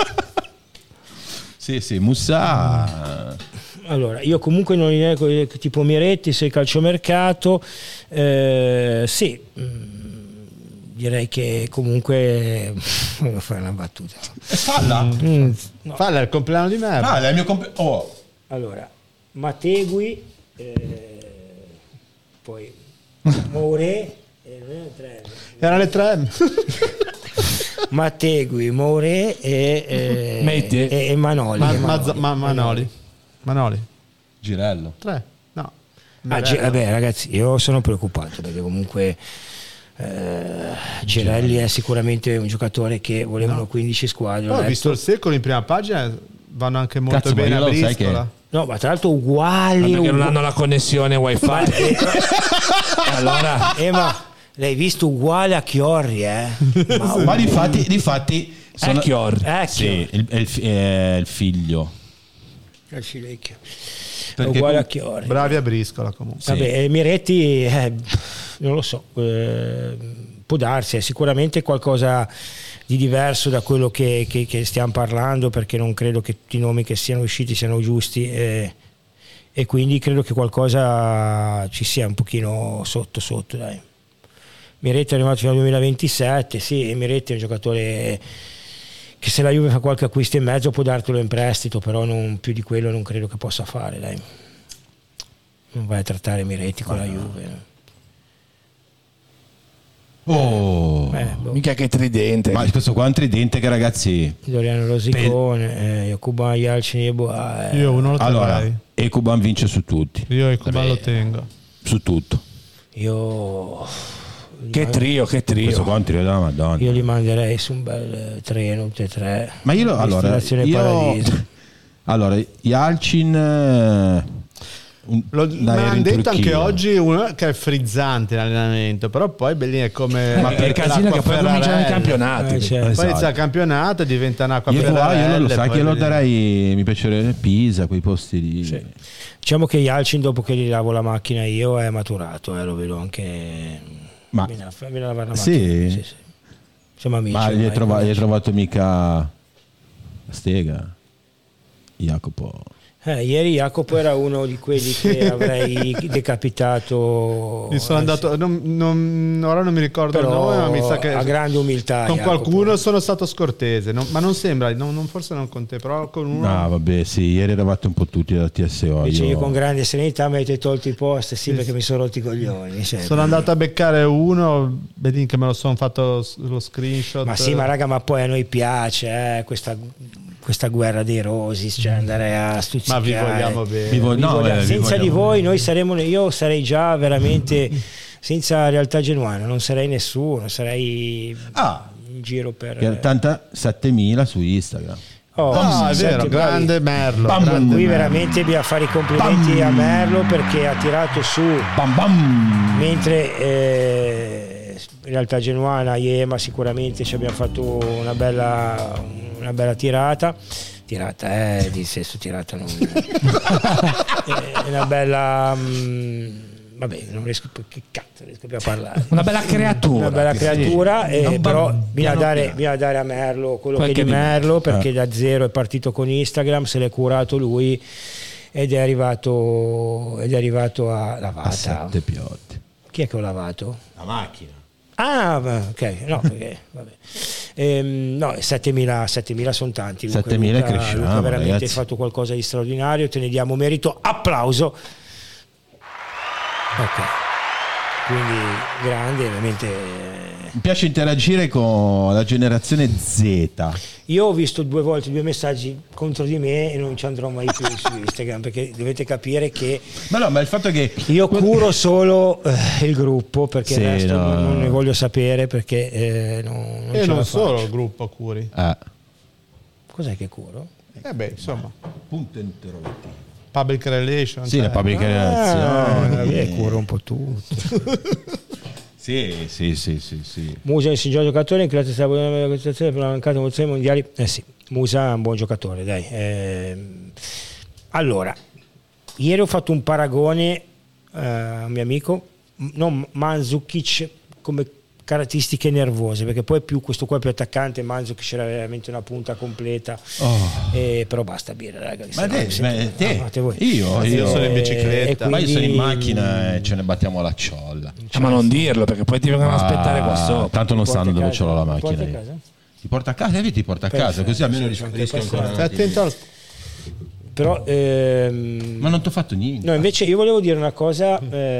Sì, Musa. Allora, io comunque non li tipo Miretti, sei calciomercato, sì, direi che comunque devo fare una battuta. Falla. No. Falla il compleanno di me. Falla, è il mio compleanno. Allora, Mategui, poi Mouré, erano le 3. Mategui, Mouré e Manoli. Manoli. Girello. 3. No. Vabbè, ragazzi, io sono preoccupato perché comunque Girelli è sicuramente un giocatore che volevano 15 squadre. Ho visto il secolo in prima pagina, vanno anche molto bene a Briscola. No, ma tra l'altro uguali. Perché non hanno la connessione wifi. Allora, ma l'hai visto uguale a Chiorri, Ma difatti sono Chiorri. Sì, il figlio. Calcilecchio. Uguale a Chiorri. Bravi a Briscola comunque. Vabbè, Miretti non lo so, può darsi, è sicuramente qualcosa di diverso da quello che stiamo parlando, perché non credo che tutti i nomi che siano usciti siano giusti e quindi credo che qualcosa ci sia un pochino sotto, dai. Miretti è arrivato fino al 2027, sì, e Miretti è un giocatore che se la Juve fa qualche acquisto in mezzo può dartelo in prestito, però non più di quello non credo che possa fare, dai. Non vai a trattare Miretti con la Juve. Mica che tridente. Ma questo qua è un tridente che, ragazzi, Doriano Rosicone, Jakuban, Yalcin e Boa. Io uno lo terrei. Allora, Ekuban vince su tutti. Io Ekuban lo tengo. Su tutto. Che trio. Questo qua è un trio della Madonna. Io li manderei su un bel treno, tutte e tre. Ma allora, Yalcin mi hanno detto anche oggi uno che è frizzante l'allenamento, però poi Bellini è come ma per casino che poi cominciano i campionati, certo. Poi inizia il campionato e diventa un'acqua io lo sai che lo darei, mi piacerebbe Pisa, quei posti lì. Sì. Diciamo che Yalcin, dopo che gli lavo la macchina io, è maturato, lo vedo anche. Ma viene a lavare la macchina. Sì. Siamo amici. Ma gli hai trovato mica la stega, Jacopo? Ieri Jacopo era uno di quelli che avrei decapitato. Mi sono andato, ora non mi ricordo il nome, ma mi sa che a grande umiltà con Jacopo. Qualcuno sono stato scortese, ma non sembra, forse non con te, però con uno. No, vabbè, sì, ieri eravate un po' tutti da TSO. Invece io con grande serenità mi avete tolto i post, perché mi sono rotti i coglioni. Sono andato a beccare uno, vedi che me lo sono fatto lo screenshot. Ma sì, ma raga, ma poi a noi piace questa guerra dei rosi, cioè andare a stuzzicare. Ma vi vogliamo bene. Senza di voi io sarei già veramente senza realtà genuina, non sarei nessuno, sarei in giro per 87.000 su Instagram. è vero, grande Merlo. Qui veramente bisogna fare i complimenti a Merlo, perché ha tirato su mentre in realtà Genuana, Iema sicuramente ci abbiamo fatto una bella tirata di sesso, tirata non una bella vabbè, non riesco più a parlare. Una bella creatura, però bisogna dare a Merlo quello che è di Merlo, perché da zero è partito con Instagram, se l'è curato lui ed è arrivato a lavata. A 7 piotti. Chi è che ho lavato? La macchina. Ah, ok, no, perché vabbè. No, 7.000 sono tanti. 7.000 cresciamo, Luca veramente ragazzi. hai fatto qualcosa di straordinario, te ne diamo merito, applauso. Ok, quindi grande, veramente. Mi piace interagire con la generazione Z. Io ho visto 2 volte 2 messaggi contro di me e non ci andrò mai più su Instagram, perché dovete capire che Ma il fatto che io curo solo il gruppo, perché Sì, il resto no. non ne voglio sapere, perché non E ce la non faccio. solo il gruppo curi. Cos'è che curo? Insomma, punto interrogativo. public relation. Sì, la public relazione. Curo un po' tutto. Sì. Musa è un signor giocatore, in classe per la mancata emozioni mondiali. Sì, Musa è un buon giocatore, dai. Allora, ieri ho fatto un paragone a un mio amico, non Mandzukic come caratteristiche nervose, perché poi questo qua è più attaccante, Mandzukic era veramente una punta completa. Però basta birra, ragazzi. Io sono in bicicletta, ma io sono in macchina e ce ne battiamo la ciolla. Ma non dirlo, perché poi ti vengono a aspettare qua sotto. Tanto non sanno dove ce l'ho la macchina. Porta a io. casa? Ti porta a casa? Ti porta a casa, così almeno riesco ancora. Stai attento al... Però Ma non ti ho fatto niente. no, invece io volevo dire una cosa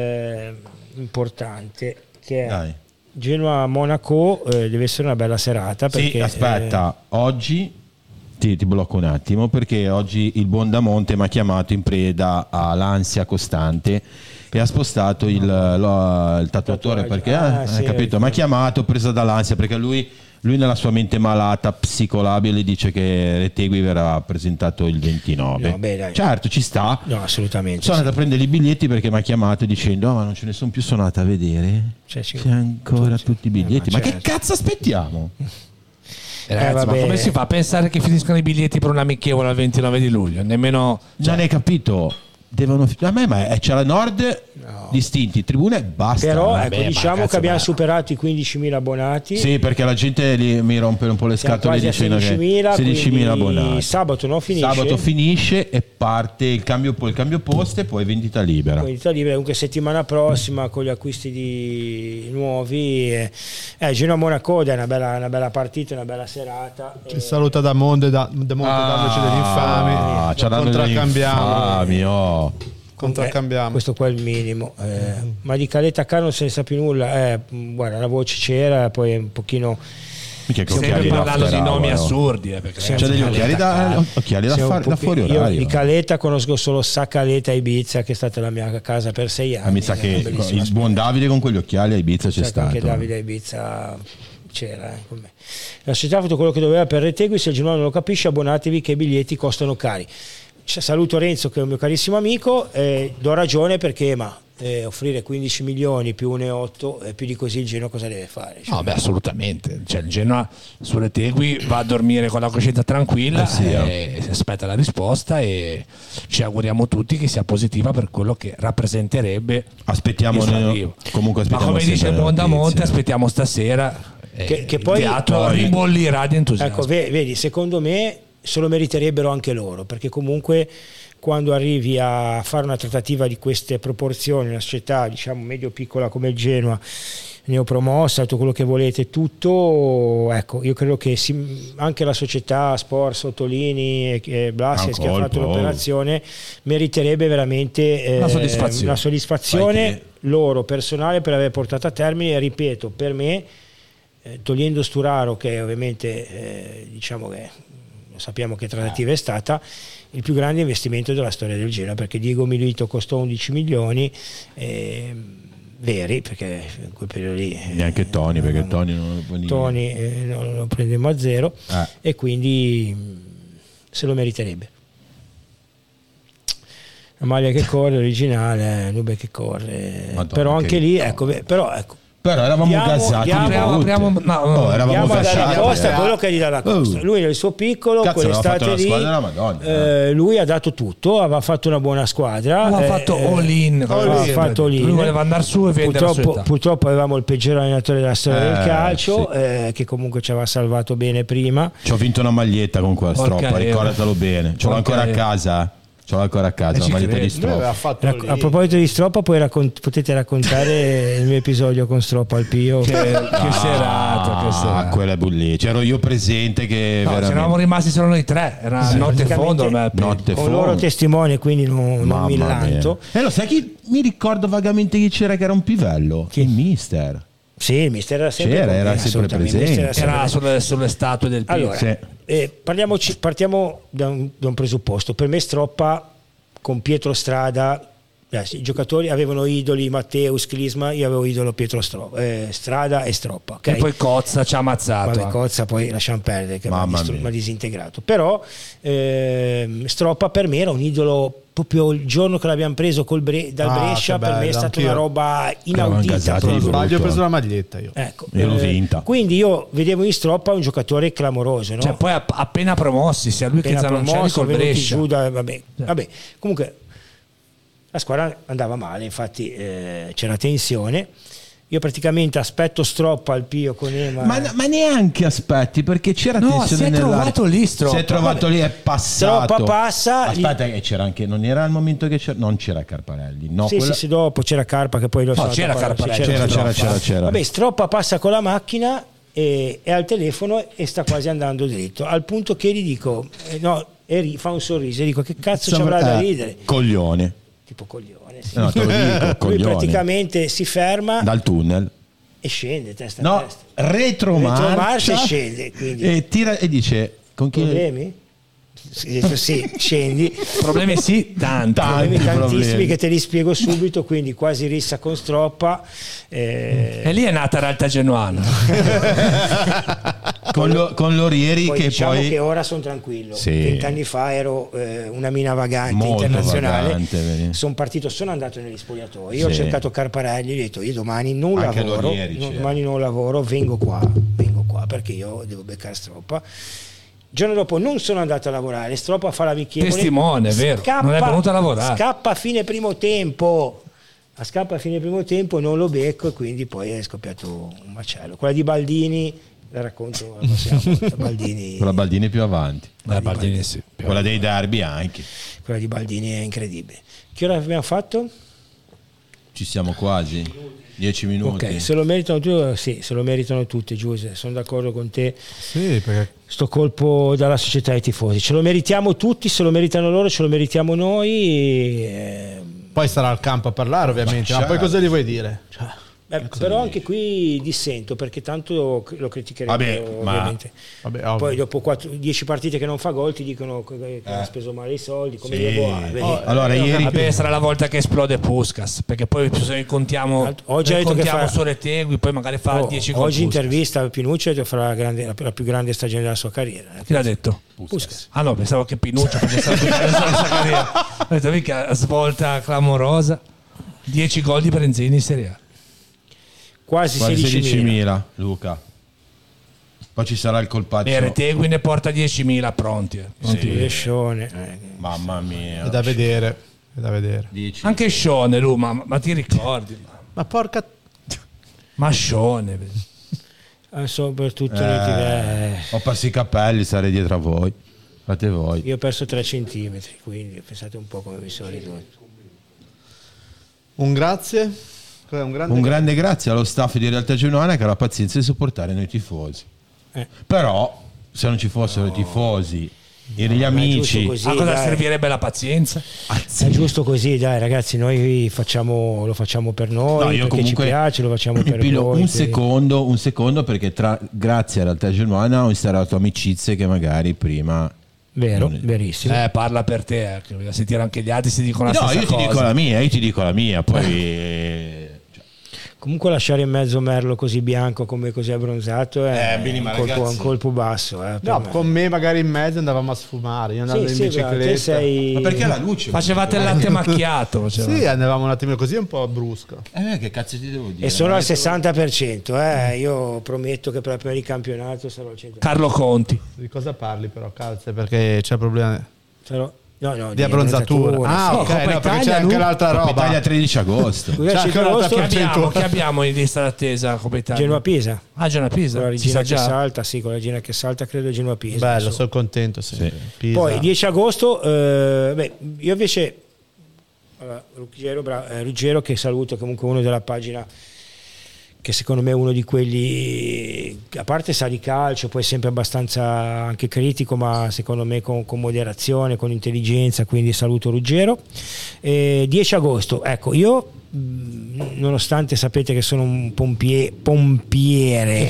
importante, che è Dai. Genoa-Monaco deve essere una bella serata, perché Sì, aspetta, oggi ti blocco un attimo, perché oggi il buon Damonte mi ha chiamato in preda all'ansia costante e ha spostato il tatuatore, perché sì, hai capito? Mi ha chiamato preso dall'ansia, perché lui nella sua mente malata psicolabile dice che Retegui verrà presentato il 29. No, beh, dai. Certo, ci sta. no, assolutamente Sono sì. andato a prendere i biglietti, perché mi ha chiamato dicendo ma non ce ne sono più, sono andato a vedere. Cioè, sì. C'è ancora tutti i biglietti. ma Ma che certo. cazzo aspettiamo? Ragazzi, ma vabbè. come si fa a pensare che finiscono i biglietti per un amichevole al 29 di luglio? Nemmeno. Non hai capito? Devono a me, ma c'è la Nord distinti, tribune e basta. Però Vabbè, ecco, ma diciamo cazzo, che abbiamo ma- superato i 15.000 abbonati. Sì, perché la gente mi rompe un po' le Siamo scatole quasi a dicendo 16.000, che 16.000 quindi abbonati. sabato no, finisce. Sabato finisce e parte il cambio poste e poi vendita libera. Vendita libera. Comunque settimana prossima con gli acquisti di nuovi Genoa-Monaco è una bella partita, una bella serata. Ci saluta da Monde, dandoci degli infami. Ci ha dato degli infami, Contraccambiamo. Questo qua è il minimo. Ma di Caletta K non se ne sa più nulla. Guarda, la voce c'era, poi è un pochino. Sempre parlando di nomi assurdi, perché c'è degli occhiali da fuori Io orario. di Caletta conosco solo Sacaleta a Ibiza, che è stata la mia casa per 6 anni. Mi sa che il buon Davide con quegli occhiali a Ibiza c'è stato. Anche Davide a Ibiza c'era con me. La società ha fatto quello che doveva per Retegui, se il Genoa non lo capisce abbonatevi che i biglietti costano cari. Saluto Renzo che è un mio carissimo amico, do ragione, perché offrire 15 milioni più 1,8 più di così il Genoa cosa deve fare? No, beh, assolutamente. Cioè, il Genoa su Retegui va a dormire con la coscienza tranquilla e aspetta la risposta, e ci auguriamo tutti che sia positiva per quello che rappresenterebbe. Aspettiamo comunque ma come dice il buon Damonte, aspettiamo stasera che poi teatro ribollirà di entusiasmo. Ecco, vedi, secondo me se lo meriterebbero anche loro, perché comunque quando arrivi a fare una trattativa di queste proporzioni, una società diciamo medio-piccola come il Genoa, neopromossa, tutto quello che volete, tutto, ecco, io credo che anche la società Sport, Ottolini e Blasis che ha fatto l'operazione meriterebbe veramente una soddisfazione loro personale per aver portato a termine, e ripeto, per me, togliendo Sturaro che ovviamente diciamo che sappiamo che trattativa è stata, il più grande investimento della storia del Genoa, perché Diego Milito costò 11 milioni veri, perché in quel periodo lì neanche Toni, perché Toni non lo lo prendemmo a zero, e quindi se lo meriterebbe. La maglia che corre, originale, Nube che corre. Madonna, però anche lì, ecco, però eravamo gasati, eravamo gasati. Costa quello che gli dà la Costa. Lui nel suo piccolo, quell'estate lì, lui ha dato tutto, aveva fatto una buona squadra, aveva fatto all in. Lui voleva andare su e vendere purtroppo avevamo il peggior allenatore della storia del calcio, che comunque ci aveva salvato bene prima. Ci ho vinto una maglietta con quella Stroppa, ricordatelo bene, ce l'ho ancora a casa. Ce l'ho ancora a casa la maglietta di Stroppa. A proposito di Stroppa, poi potete raccontare il mio episodio con Stroppa al Pio. Che serata. Quella è bullì. C'ero io presente che eravamo rimasti solo noi tre. Era notte fondo. Con loro testimoni, quindi non mi lanto. Lo sai chi mi ricordo vagamente chi c'era che era un pivello? Il mister. Sì, il mister era sempre presente. Era sulle statue del Pio. Allora, partiamo da un presupposto. Per me Stroppa con Pietro Strada, i giocatori avevano idoli, Matteus, Clisma, io avevo idolo Pietro Strada e Stroppa, okay? E poi Cozza ci ha ammazzato. Vabbè, Cozza poi lasciamo perdere che mi ha disintegrato, però Stroppa per me era un idolo. Proprio il giorno che l'abbiamo preso dal Brescia, per me è stata una roba inaudita. Sbaglio, ho preso la maglietta io. Ecco, l'ho vinta. Quindi io vedevo in Stroppa un giocatore clamoroso, no? Cioè, poi appena promossi, sia lui che Zanoccelli col Brescia. Vabbè, comunque la squadra andava male, infatti c'era tensione. Io praticamente aspetto Stroppa al Pio con Ema. Ma neanche aspetti, perché c'era tensione. Si è trovato lì Stroppa. Si è trovato lì, è passato. Stroppa passa. Aspetta, c'era anche. Non era il momento che non c'era Carparelli. No, sì, dopo c'era Carpa che poi lo so. C'era Carparelli. C'era. Vabbè, Stroppa passa con la macchina e è al telefono e sta quasi andando dritto. Al punto che gli dico, fa un sorriso e dico: che cazzo ci avrà da ridere? Coglione. Tipo coglione. Sì. No, te lo dico, lui praticamente si ferma dal tunnel e scende testa a testa, retromarcia e scende, quindi. E tira e dice: con chi problemi? Sì, scendi. Problemi sì, tantissimi problemi. Che te li spiego subito, quindi quasi rissa con Stroppa. E lì è nata Realtà Genuana. con Lorieri poi che diciamo poi che ora sono tranquillo. Sì. 20 anni fa ero una mina vagante molto internazionale, sono andato negli spogliatoi, io ho cercato Carparelli, gli ho detto: io domani non lavoro, vengo qua perché io devo beccare Stroppa. Il giorno dopo non sono andato a lavorare, Stroppa fa la amichevole, testimone, è vero, non è venuto a lavorare, scappa a fine primo tempo, non lo becco e quindi poi è scoppiato un macello. Quella di Baldini la racconto la prossima volta. Quella Baldini più avanti, sì, quella dei derby anche. Quella di Baldini è incredibile. Che ora abbiamo fatto? Ci siamo quasi 10 minuti. Ok, se lo meritano tutti, Giuseppe, sono d'accordo con te. Sì, perché sto colpo dalla società ai tifosi, ce lo meritiamo tutti, se lo meritano loro, ce lo meritiamo noi. Poi sarà al campo a parlare, ovviamente, ma poi cosa gli vuoi dire? Però anche qui dissento, perché tanto lo criticheremo, ovviamente. Poi dopo 10 partite che non fa gol ti dicono che ha speso male i soldi, come allora ieri sarà la volta che esplode Puskas, perché poi contiamo oggi ha detto che fa solo Tegui, poi magari fa 10 gol. Oggi intervista Pinuccio e farà la più grande stagione della sua carriera. Chi l'ha detto? Puskas. Ah no, pensavo che Pinuccio facesse la più grande stagione della sua carriera. Ho detto mica svolta clamorosa, 10 gol di Brenzini in Serie A. Quasi 16.000 Luca. Poi ci sarà il colpaccio. Retegui ne porta 10.000 pronti. Mamma mia. È da vedere. 10. Anche Scione, Lu, ma ti ricordi? Ma porca. Ma Scione. Soprattutto ho perso i capelli, sarei dietro a voi. Fate voi. Io ho perso 3 centimetri, quindi pensate un po' come mi sono ridotto. Un grazie. Un grande grazie allo staff di Realtà Genuana che ha la pazienza di sopportare noi tifosi. Però se non ci fossero i tifosi e gli amici, a cosa servirebbe la pazienza? È giusto così, dai ragazzi, noi lo facciamo per noi, perché comunque ci piace, lo facciamo per voi. Un secondo perché grazie a Realtà Genuana ho instaurato amicizie che magari prima... Verissimo. Parla per te, a sentire anche gli altri si dicono la stessa cosa. Io ti dico la mia, poi Comunque lasciare in mezzo Merlo così bianco come così abbronzato è un colpo basso. No, con me magari in mezzo andavamo a sfumare, io andavo in bicicletta. Ma perché la luce? Facevate il latte macchiato. Sì, andavamo un attimo così un po' brusco. Che cazzo ti devo dire? E sono al 60%, io prometto che per la prima di campionato sarò al 100%. Carlo Conti. Di cosa parli però, Calze? Perché c'è problema... No, di abbronzatura. Ok, no, perché c'è anche l'altra roba. Italia 13 agosto. Che abbiamo in lista d'attesa come Italia? Genoa-Pisa. Genoa-Pisa. Con la regina che salta, con la regina che salta credo Genoa-Pisa. Bello, sono contento. Sì. Poi 10 agosto, io invece Ruggero che saluto, comunque uno della pagina che secondo me è uno di quelli, a parte sa di calcio, poi è sempre abbastanza anche critico, ma secondo me con moderazione, con intelligenza, quindi saluto Ruggero. 10 agosto, ecco, io nonostante sapete che sono un pompiere,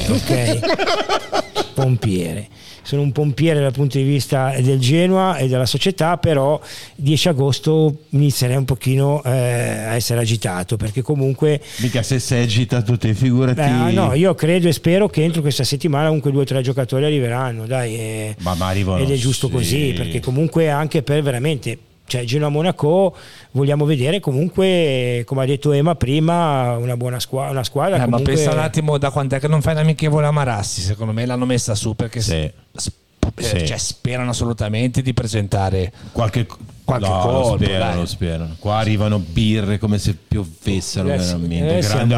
ok? Pompiere. Sono un pompiere dal punto di vista del Genoa e della società, però 10 agosto inizierei un pochino a essere agitato, perché comunque mica se sei agitato te, figurati. No, io credo e spero che entro questa settimana comunque 2 o 3 giocatori arriveranno, dai, ma arrivano, ed è giusto così, perché comunque anche per veramente, cioè Genoa-Monaco vogliamo vedere comunque, come ha detto Ema prima, una buona squadra, comunque... Ma pensa un attimo, da quant'è che non fai l'amichevole a Marassi? Secondo me l'hanno messa su perché cioè, sperano assolutamente di presentare qualche colpo. Lo sperano. Qua arrivano birre come se piovessero veramente.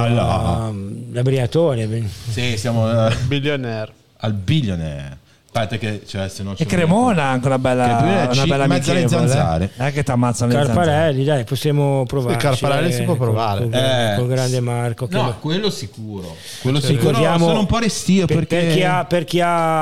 Da Briatore. Sì, siamo al billionaire. Aspetta che se no e Cremona anche una bella mezzo alle zanzare. Che ti ammazzano le zanzare. Carparelli, dai, possiamo provare. Carparelli si può provare con grande Marco. No, quello sicuro. Sono un po' restio perché per chi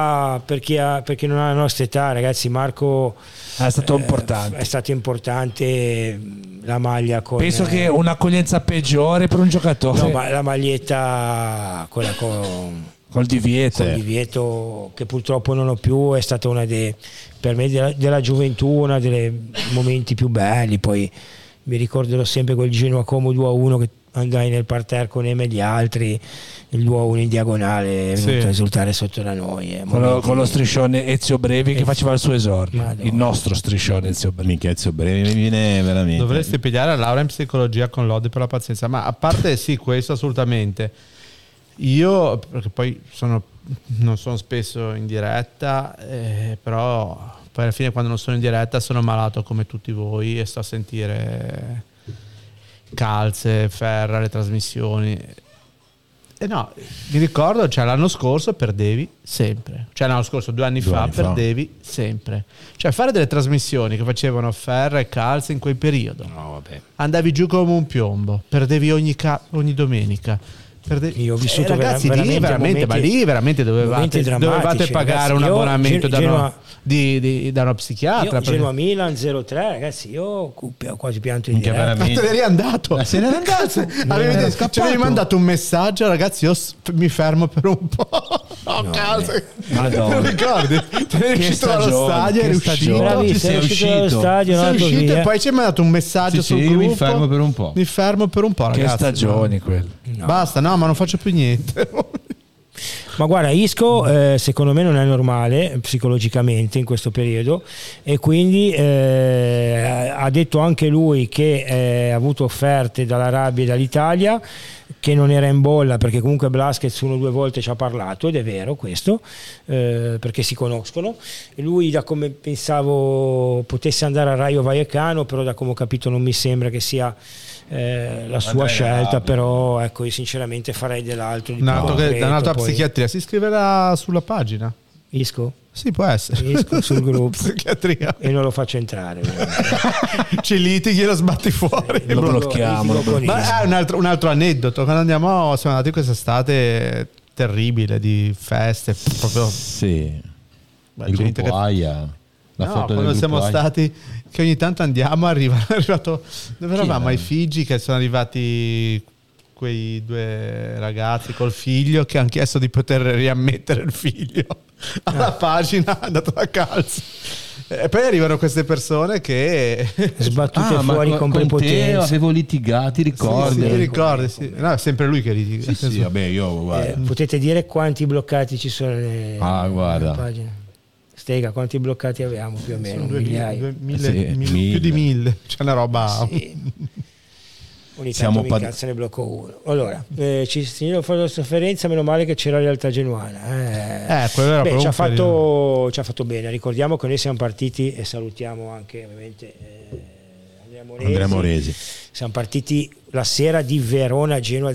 non ha la nostra età, ragazzi, Marco è stato importante. È stato importante la maglia con... Penso che un'accoglienza peggiore per un giocatore. No, ma la maglietta quella col divieto che purtroppo non ho più, è stata una per me della gioventù, una dei momenti più belli. Poi mi ricorderò sempre quel Genoa Como 2-1 che andai nel parterre con Eme e gli altri, il 2-1 in diagonale, è venuto a esultare sotto da noi, con lo striscione Ezio Brevi che faceva il suo esordio, il nostro striscione Ezio Brevi. Ezio Brevi mi viene veramente. Dovresti pigliare la laurea in psicologia con lode per la pazienza, ma a parte questo assolutamente. Io, perché poi non sono spesso in diretta, però poi alla fine quando non sono in diretta sono malato come tutti voi e sto a sentire Calze, Ferra, le trasmissioni. E no, mi ricordo, l'anno scorso perdevi sempre, l'anno scorso 2 anni fa perdevi sempre. Cioè fare delle trasmissioni che facevano Ferra e Calze in quel periodo, andavi giù come un piombo, perdevi ogni domenica. Io ho vissuto ragazzi, lì veramente dovevate pagare un abbonamento da uno psichiatra. Genoa-Milan 0-3, ragazzi, io ho quasi pianto in diretta. Ma te eri andato? Se n'era andato. Ci avevi mandato un messaggio, ragazzi, io mi fermo per un po'. Non ricordi? Te eri uscito dallo stadio, eri uscito. Sei uscito e poi ci hai mandato un messaggio sul gruppo. Mi fermo per un po'. Ragazzi. Che stagioni quelle. Basta, no, ma non faccio più niente. Ma guarda, Isco secondo me non è normale psicologicamente in questo periodo, e quindi ha detto anche lui che ha avuto offerte dall'Arabia e dall'Italia, che non era in bolla, perché comunque Blasquez 1 o 2 volte ci ha parlato, ed è vero questo, perché si conoscono. E lui, da come pensavo potesse andare a Rayo Vallecano, però da come ho capito non mi sembra che sia la sua scelta, però ecco, io sinceramente farei dell'altro. Un'altra psichiatria si iscriverà sulla pagina. Isco? Sì, può essere. Isco sul gruppo psichiatria. E non lo faccio entrare. Ci litighi e lo sbatti fuori. Lo blocchiamo. Ma è un altro aneddoto. Quando siamo andati quest'estate terribile di feste, proprio. Sì. Il gruppo Aia. Quando siamo stati, che ogni tanto andiamo, è arrivato dove eravamo, ai Figi, che sono arrivati quei 2 ragazzi col figlio che hanno chiesto di poter riammettere il figlio alla pagina, è andato da Calze. E poi arrivano queste persone che sbattute fuori con prepotenza. Avevo litigato, ricordi? Sì, ricordi, sì. No, è sempre lui che litiga. Sì, vabbè, io guarda. Potete dire quanti bloccati ci sono nelle pagine? Stega, quanti bloccati abbiamo più o meno? Più di 1000. C'è una roba. Sì. Ogni tanto mi cazzo ne blocco uno. Allora, ci stiamo fuori la sofferenza, meno male che c'era la realtà genuana. Quello era ci ha fatto bene. Ricordiamo che noi siamo partiti, e salutiamo anche ovviamente Andrea Moresi. Siamo partiti la sera di Verona-Genoa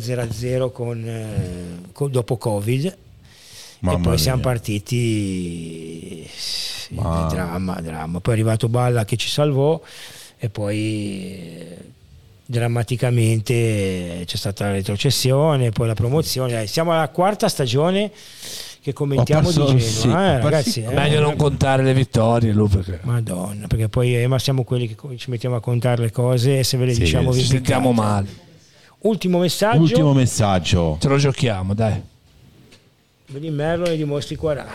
0-0 dopo Covid. Mamma e poi siamo partiti dramma. Poi è arrivato Balla che ci salvò e poi drammaticamente c'è stata la retrocessione, poi la promozione. Siamo alla quarta stagione che commentiamo di Genoa, ragazzi. Meglio non contare le vittorie, perché... Madonna, perché poi ma siamo quelli che ci mettiamo a contare le cose e se ve le diciamo vi sentiamo male. Ultimo messaggio. Ce lo giochiamo, dai. Vedi Merlo ne dimostri 40.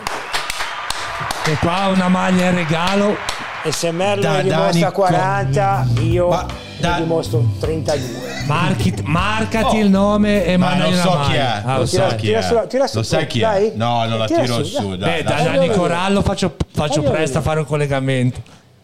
E qua una maglia in regalo. E se Merlo ne dimostra 40, io ne dimostro 32. Marcati il nome e mandami una maglia. Lo sai chi è? No, non la tiro su. Dani Corallo faccio presto a fare un collegamento.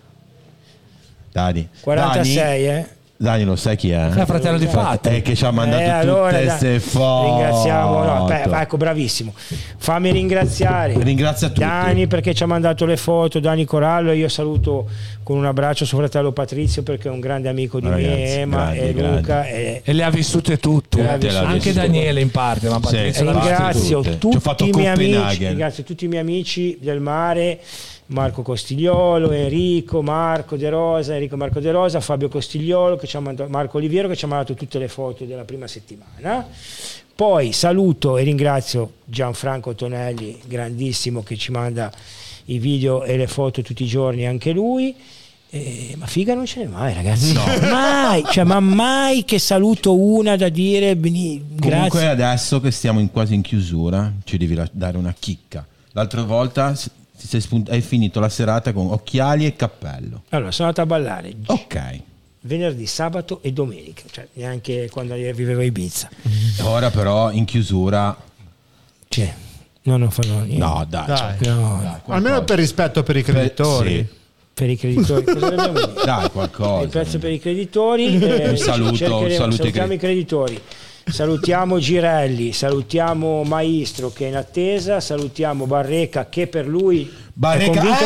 Dani. 46, Dani, lo sai chi è? È fratello di Fatti. È che ci ha mandato tutte queste foto. Ringraziamo. Ecco, bravissimo. Fammi ringraziare. Ringrazia tutti. Dani perché ci ha mandato le foto. Dani Corallo. Io saluto con un abbraccio suo fratello Patrizio perché è un grande amico di me, Emma e Luca. E le ha vissute tutte. Anche Daniele in parte. Ma Patrizio ringrazio tutti i miei amici. Ringrazio tutti i miei amici del mare. Marco Costigliolo, Enrico Marco De Rosa, Fabio Costigliolo, Marco Oliviero che ci ha mandato tutte le foto della prima settimana. Poi saluto e ringrazio Gianfranco Tonelli, grandissimo, che ci manda i video e le foto tutti i giorni, anche lui. Ma figa non ce n'è mai, ragazzi. No. Mai, mai che saluto una da dire grazie. Comunque adesso che stiamo quasi in chiusura ci devi dare una chicca. L'altra volta hai finito la serata con occhiali e cappello. Allora sono andato a ballare venerdì, sabato e domenica, cioè neanche quando vivevo a Ibiza. Ora però in chiusura non fanno niente. No, dai. Almeno per rispetto per i creditori. Per i creditori cosa dobbiamo dire? Dai, qualcosa. Il prezzo per i creditori. Salutiamo i creditori. Salutiamo Girelli, salutiamo Maestro che è in attesa, salutiamo Barreca che per lui è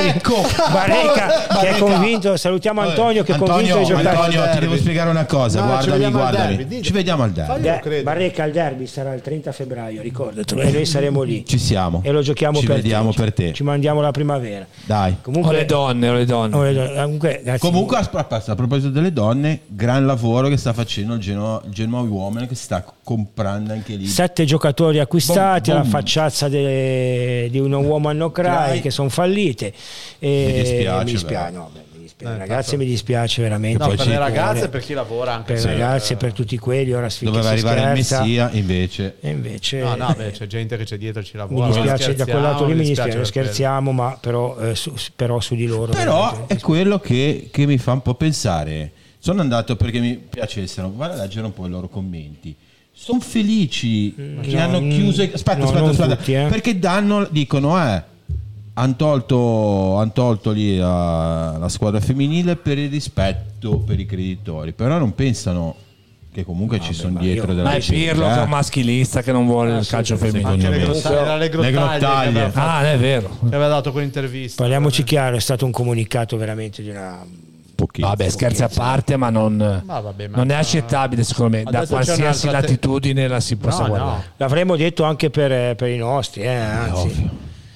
convinto, salutiamo Antonio che è convinto di giocare. Antonio, ti devo spiegare una cosa, guardami. Ci vediamo al derby. Barreca al derby sarà il 30 febbraio, ricordatelo, e noi saremo lì. Ci siamo. E lo giochiamo per te. Ci mandiamo la primavera. Dai. Comunque, o le donne. Comunque a proposito delle donne, gran lavoro che sta facendo il Genoa Women, che sta comprando anche lì 7 giocatori acquistati alla facciazza di una Woman No Cry che sono fallite. Mi dispiace, ragazzi, mi dispiace veramente. Per le ragazze e per chi lavora anche. Per le ragazze e per tutti quelli. Ora doveva arrivare il Messia invece c'è gente che c'è dietro e ci lavora. Mi dispiace da quel lato lì, mi dispiace, scherziamo, ma però su di loro però è quello che mi fa un po' pensare. Sono andato perché mi piacessero, vado a leggere un po' i loro commenti. Sono felici che hanno chiuso. Aspetta, tutti, perché dicono hanno tolto lì la squadra femminile per il rispetto per i creditori, però non pensano che comunque ci sono dietro della ma è Pirlo che è un maschilista che non vuole il calcio femminile. Le grottaglie. È vero, che aveva dato quell'intervista. Parliamoci chiaro, è stato un comunicato veramente di una scherzi a parte, ma non è accettabile secondo me da qualsiasi latitudine la si possa guardare. L'avremmo detto anche per i nostri, anzi.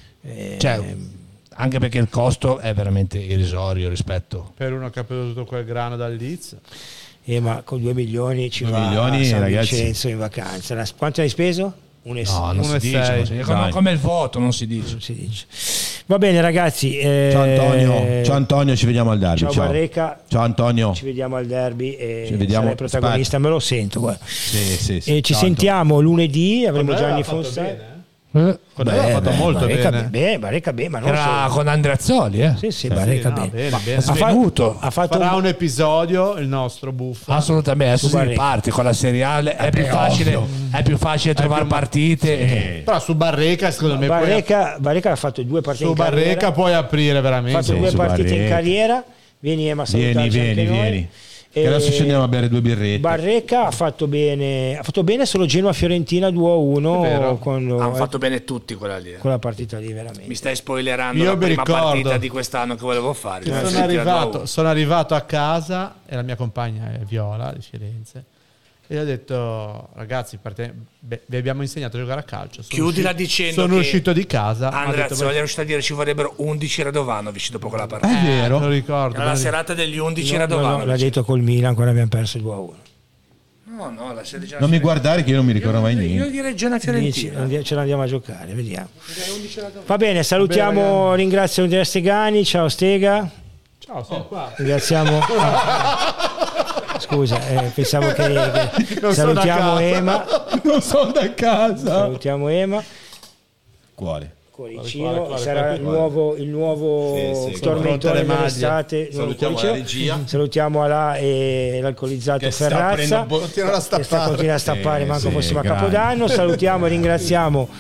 Anche perché il costo è veramente irrisorio rispetto per uno che ha preso tutto quel grano dal Leeds. Ma con 2 milioni ci va a San Vincenzo in vacanza. Quanto hai speso? 1,6. Non si dice, come il voto non si dice. Va bene ragazzi, ciao Antonio, ci vediamo al derby. Ciao Barreca, ciao Antonio, ci vediamo al derby e sarai protagonista. Me lo sento, guarda. Sì. E ci sentiamo lunedì, avremo Gianni Fossati. Con loro ha fatto molto bene. Barreca bene, ma non era solo. con Andreazzoli, Sì, Barreca bene. Bene. Ha fatto Farà un episodio il nostro Buffo. Assolutamente, adesso si riparte con la Serie A, è più facile trovare partite. Però su Barreca secondo me Barreca ha fatto 2 partite su in carriera. Barreca puoi aprire veramente. Ha fatto 2 partite Barreca. in carriera. Vieni Ema, salutarci anche noi. Vieni. Che adesso scendiamo a bere 2 birrette. Barreca ha fatto bene solo Genoa-Fiorentina 2-1 Hanno fatto bene tutti quella partita lì, veramente. Mi stai spoilerando Io la mi prima ricordo partita di quest'anno che volevo fare. Sono arrivato a casa e la mia compagna è Viola di Firenze e gli ho detto ragazzi vi abbiamo insegnato a giocare a calcio. Chiudila dicendo sono che uscito di casa. Andrea voglio riuscire a dire ci vorrebbero 11 Radovanovic dopo quella partita. È vero, lo ricordo. Era la serata degli 11 Radovanovic. L'ha detto col Milan quando abbiamo perso 2-1. No, la serie già. Non mi guardare che io non mi ricordo mai niente. Io direi Genoa-Fiorentina. Ce l'andiamo a giocare, vediamo. Va bene, salutiamo, ringrazio Andrea Stegani, ciao Stega. Ciao, sei qua. Ringraziamo. Scusa, pensavo che salutiamo Ema. Non sono da casa. Salutiamo Ema. Quale? Cuoricino sarà il nuovo tormentone dell'estate. Salutiamo la regia. Salutiamo Alà e l'alcolizzato Che Ferrazza continua a stappare. Continua a stappare, manco fossimo a Capodanno. Salutiamo e ringraziamo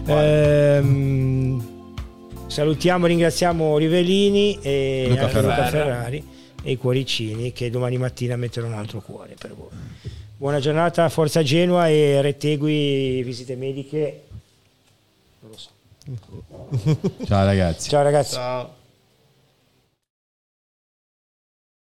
salutiamo e ringraziamo Rivellini e Luca Ferrari e i cuoricini che domani mattina metterò un altro cuore per voi. Buona giornata, Forza Genoa e Rettegui visite mediche. Non lo so. Ciao ragazzi. Ciao ragazzi. Ciao.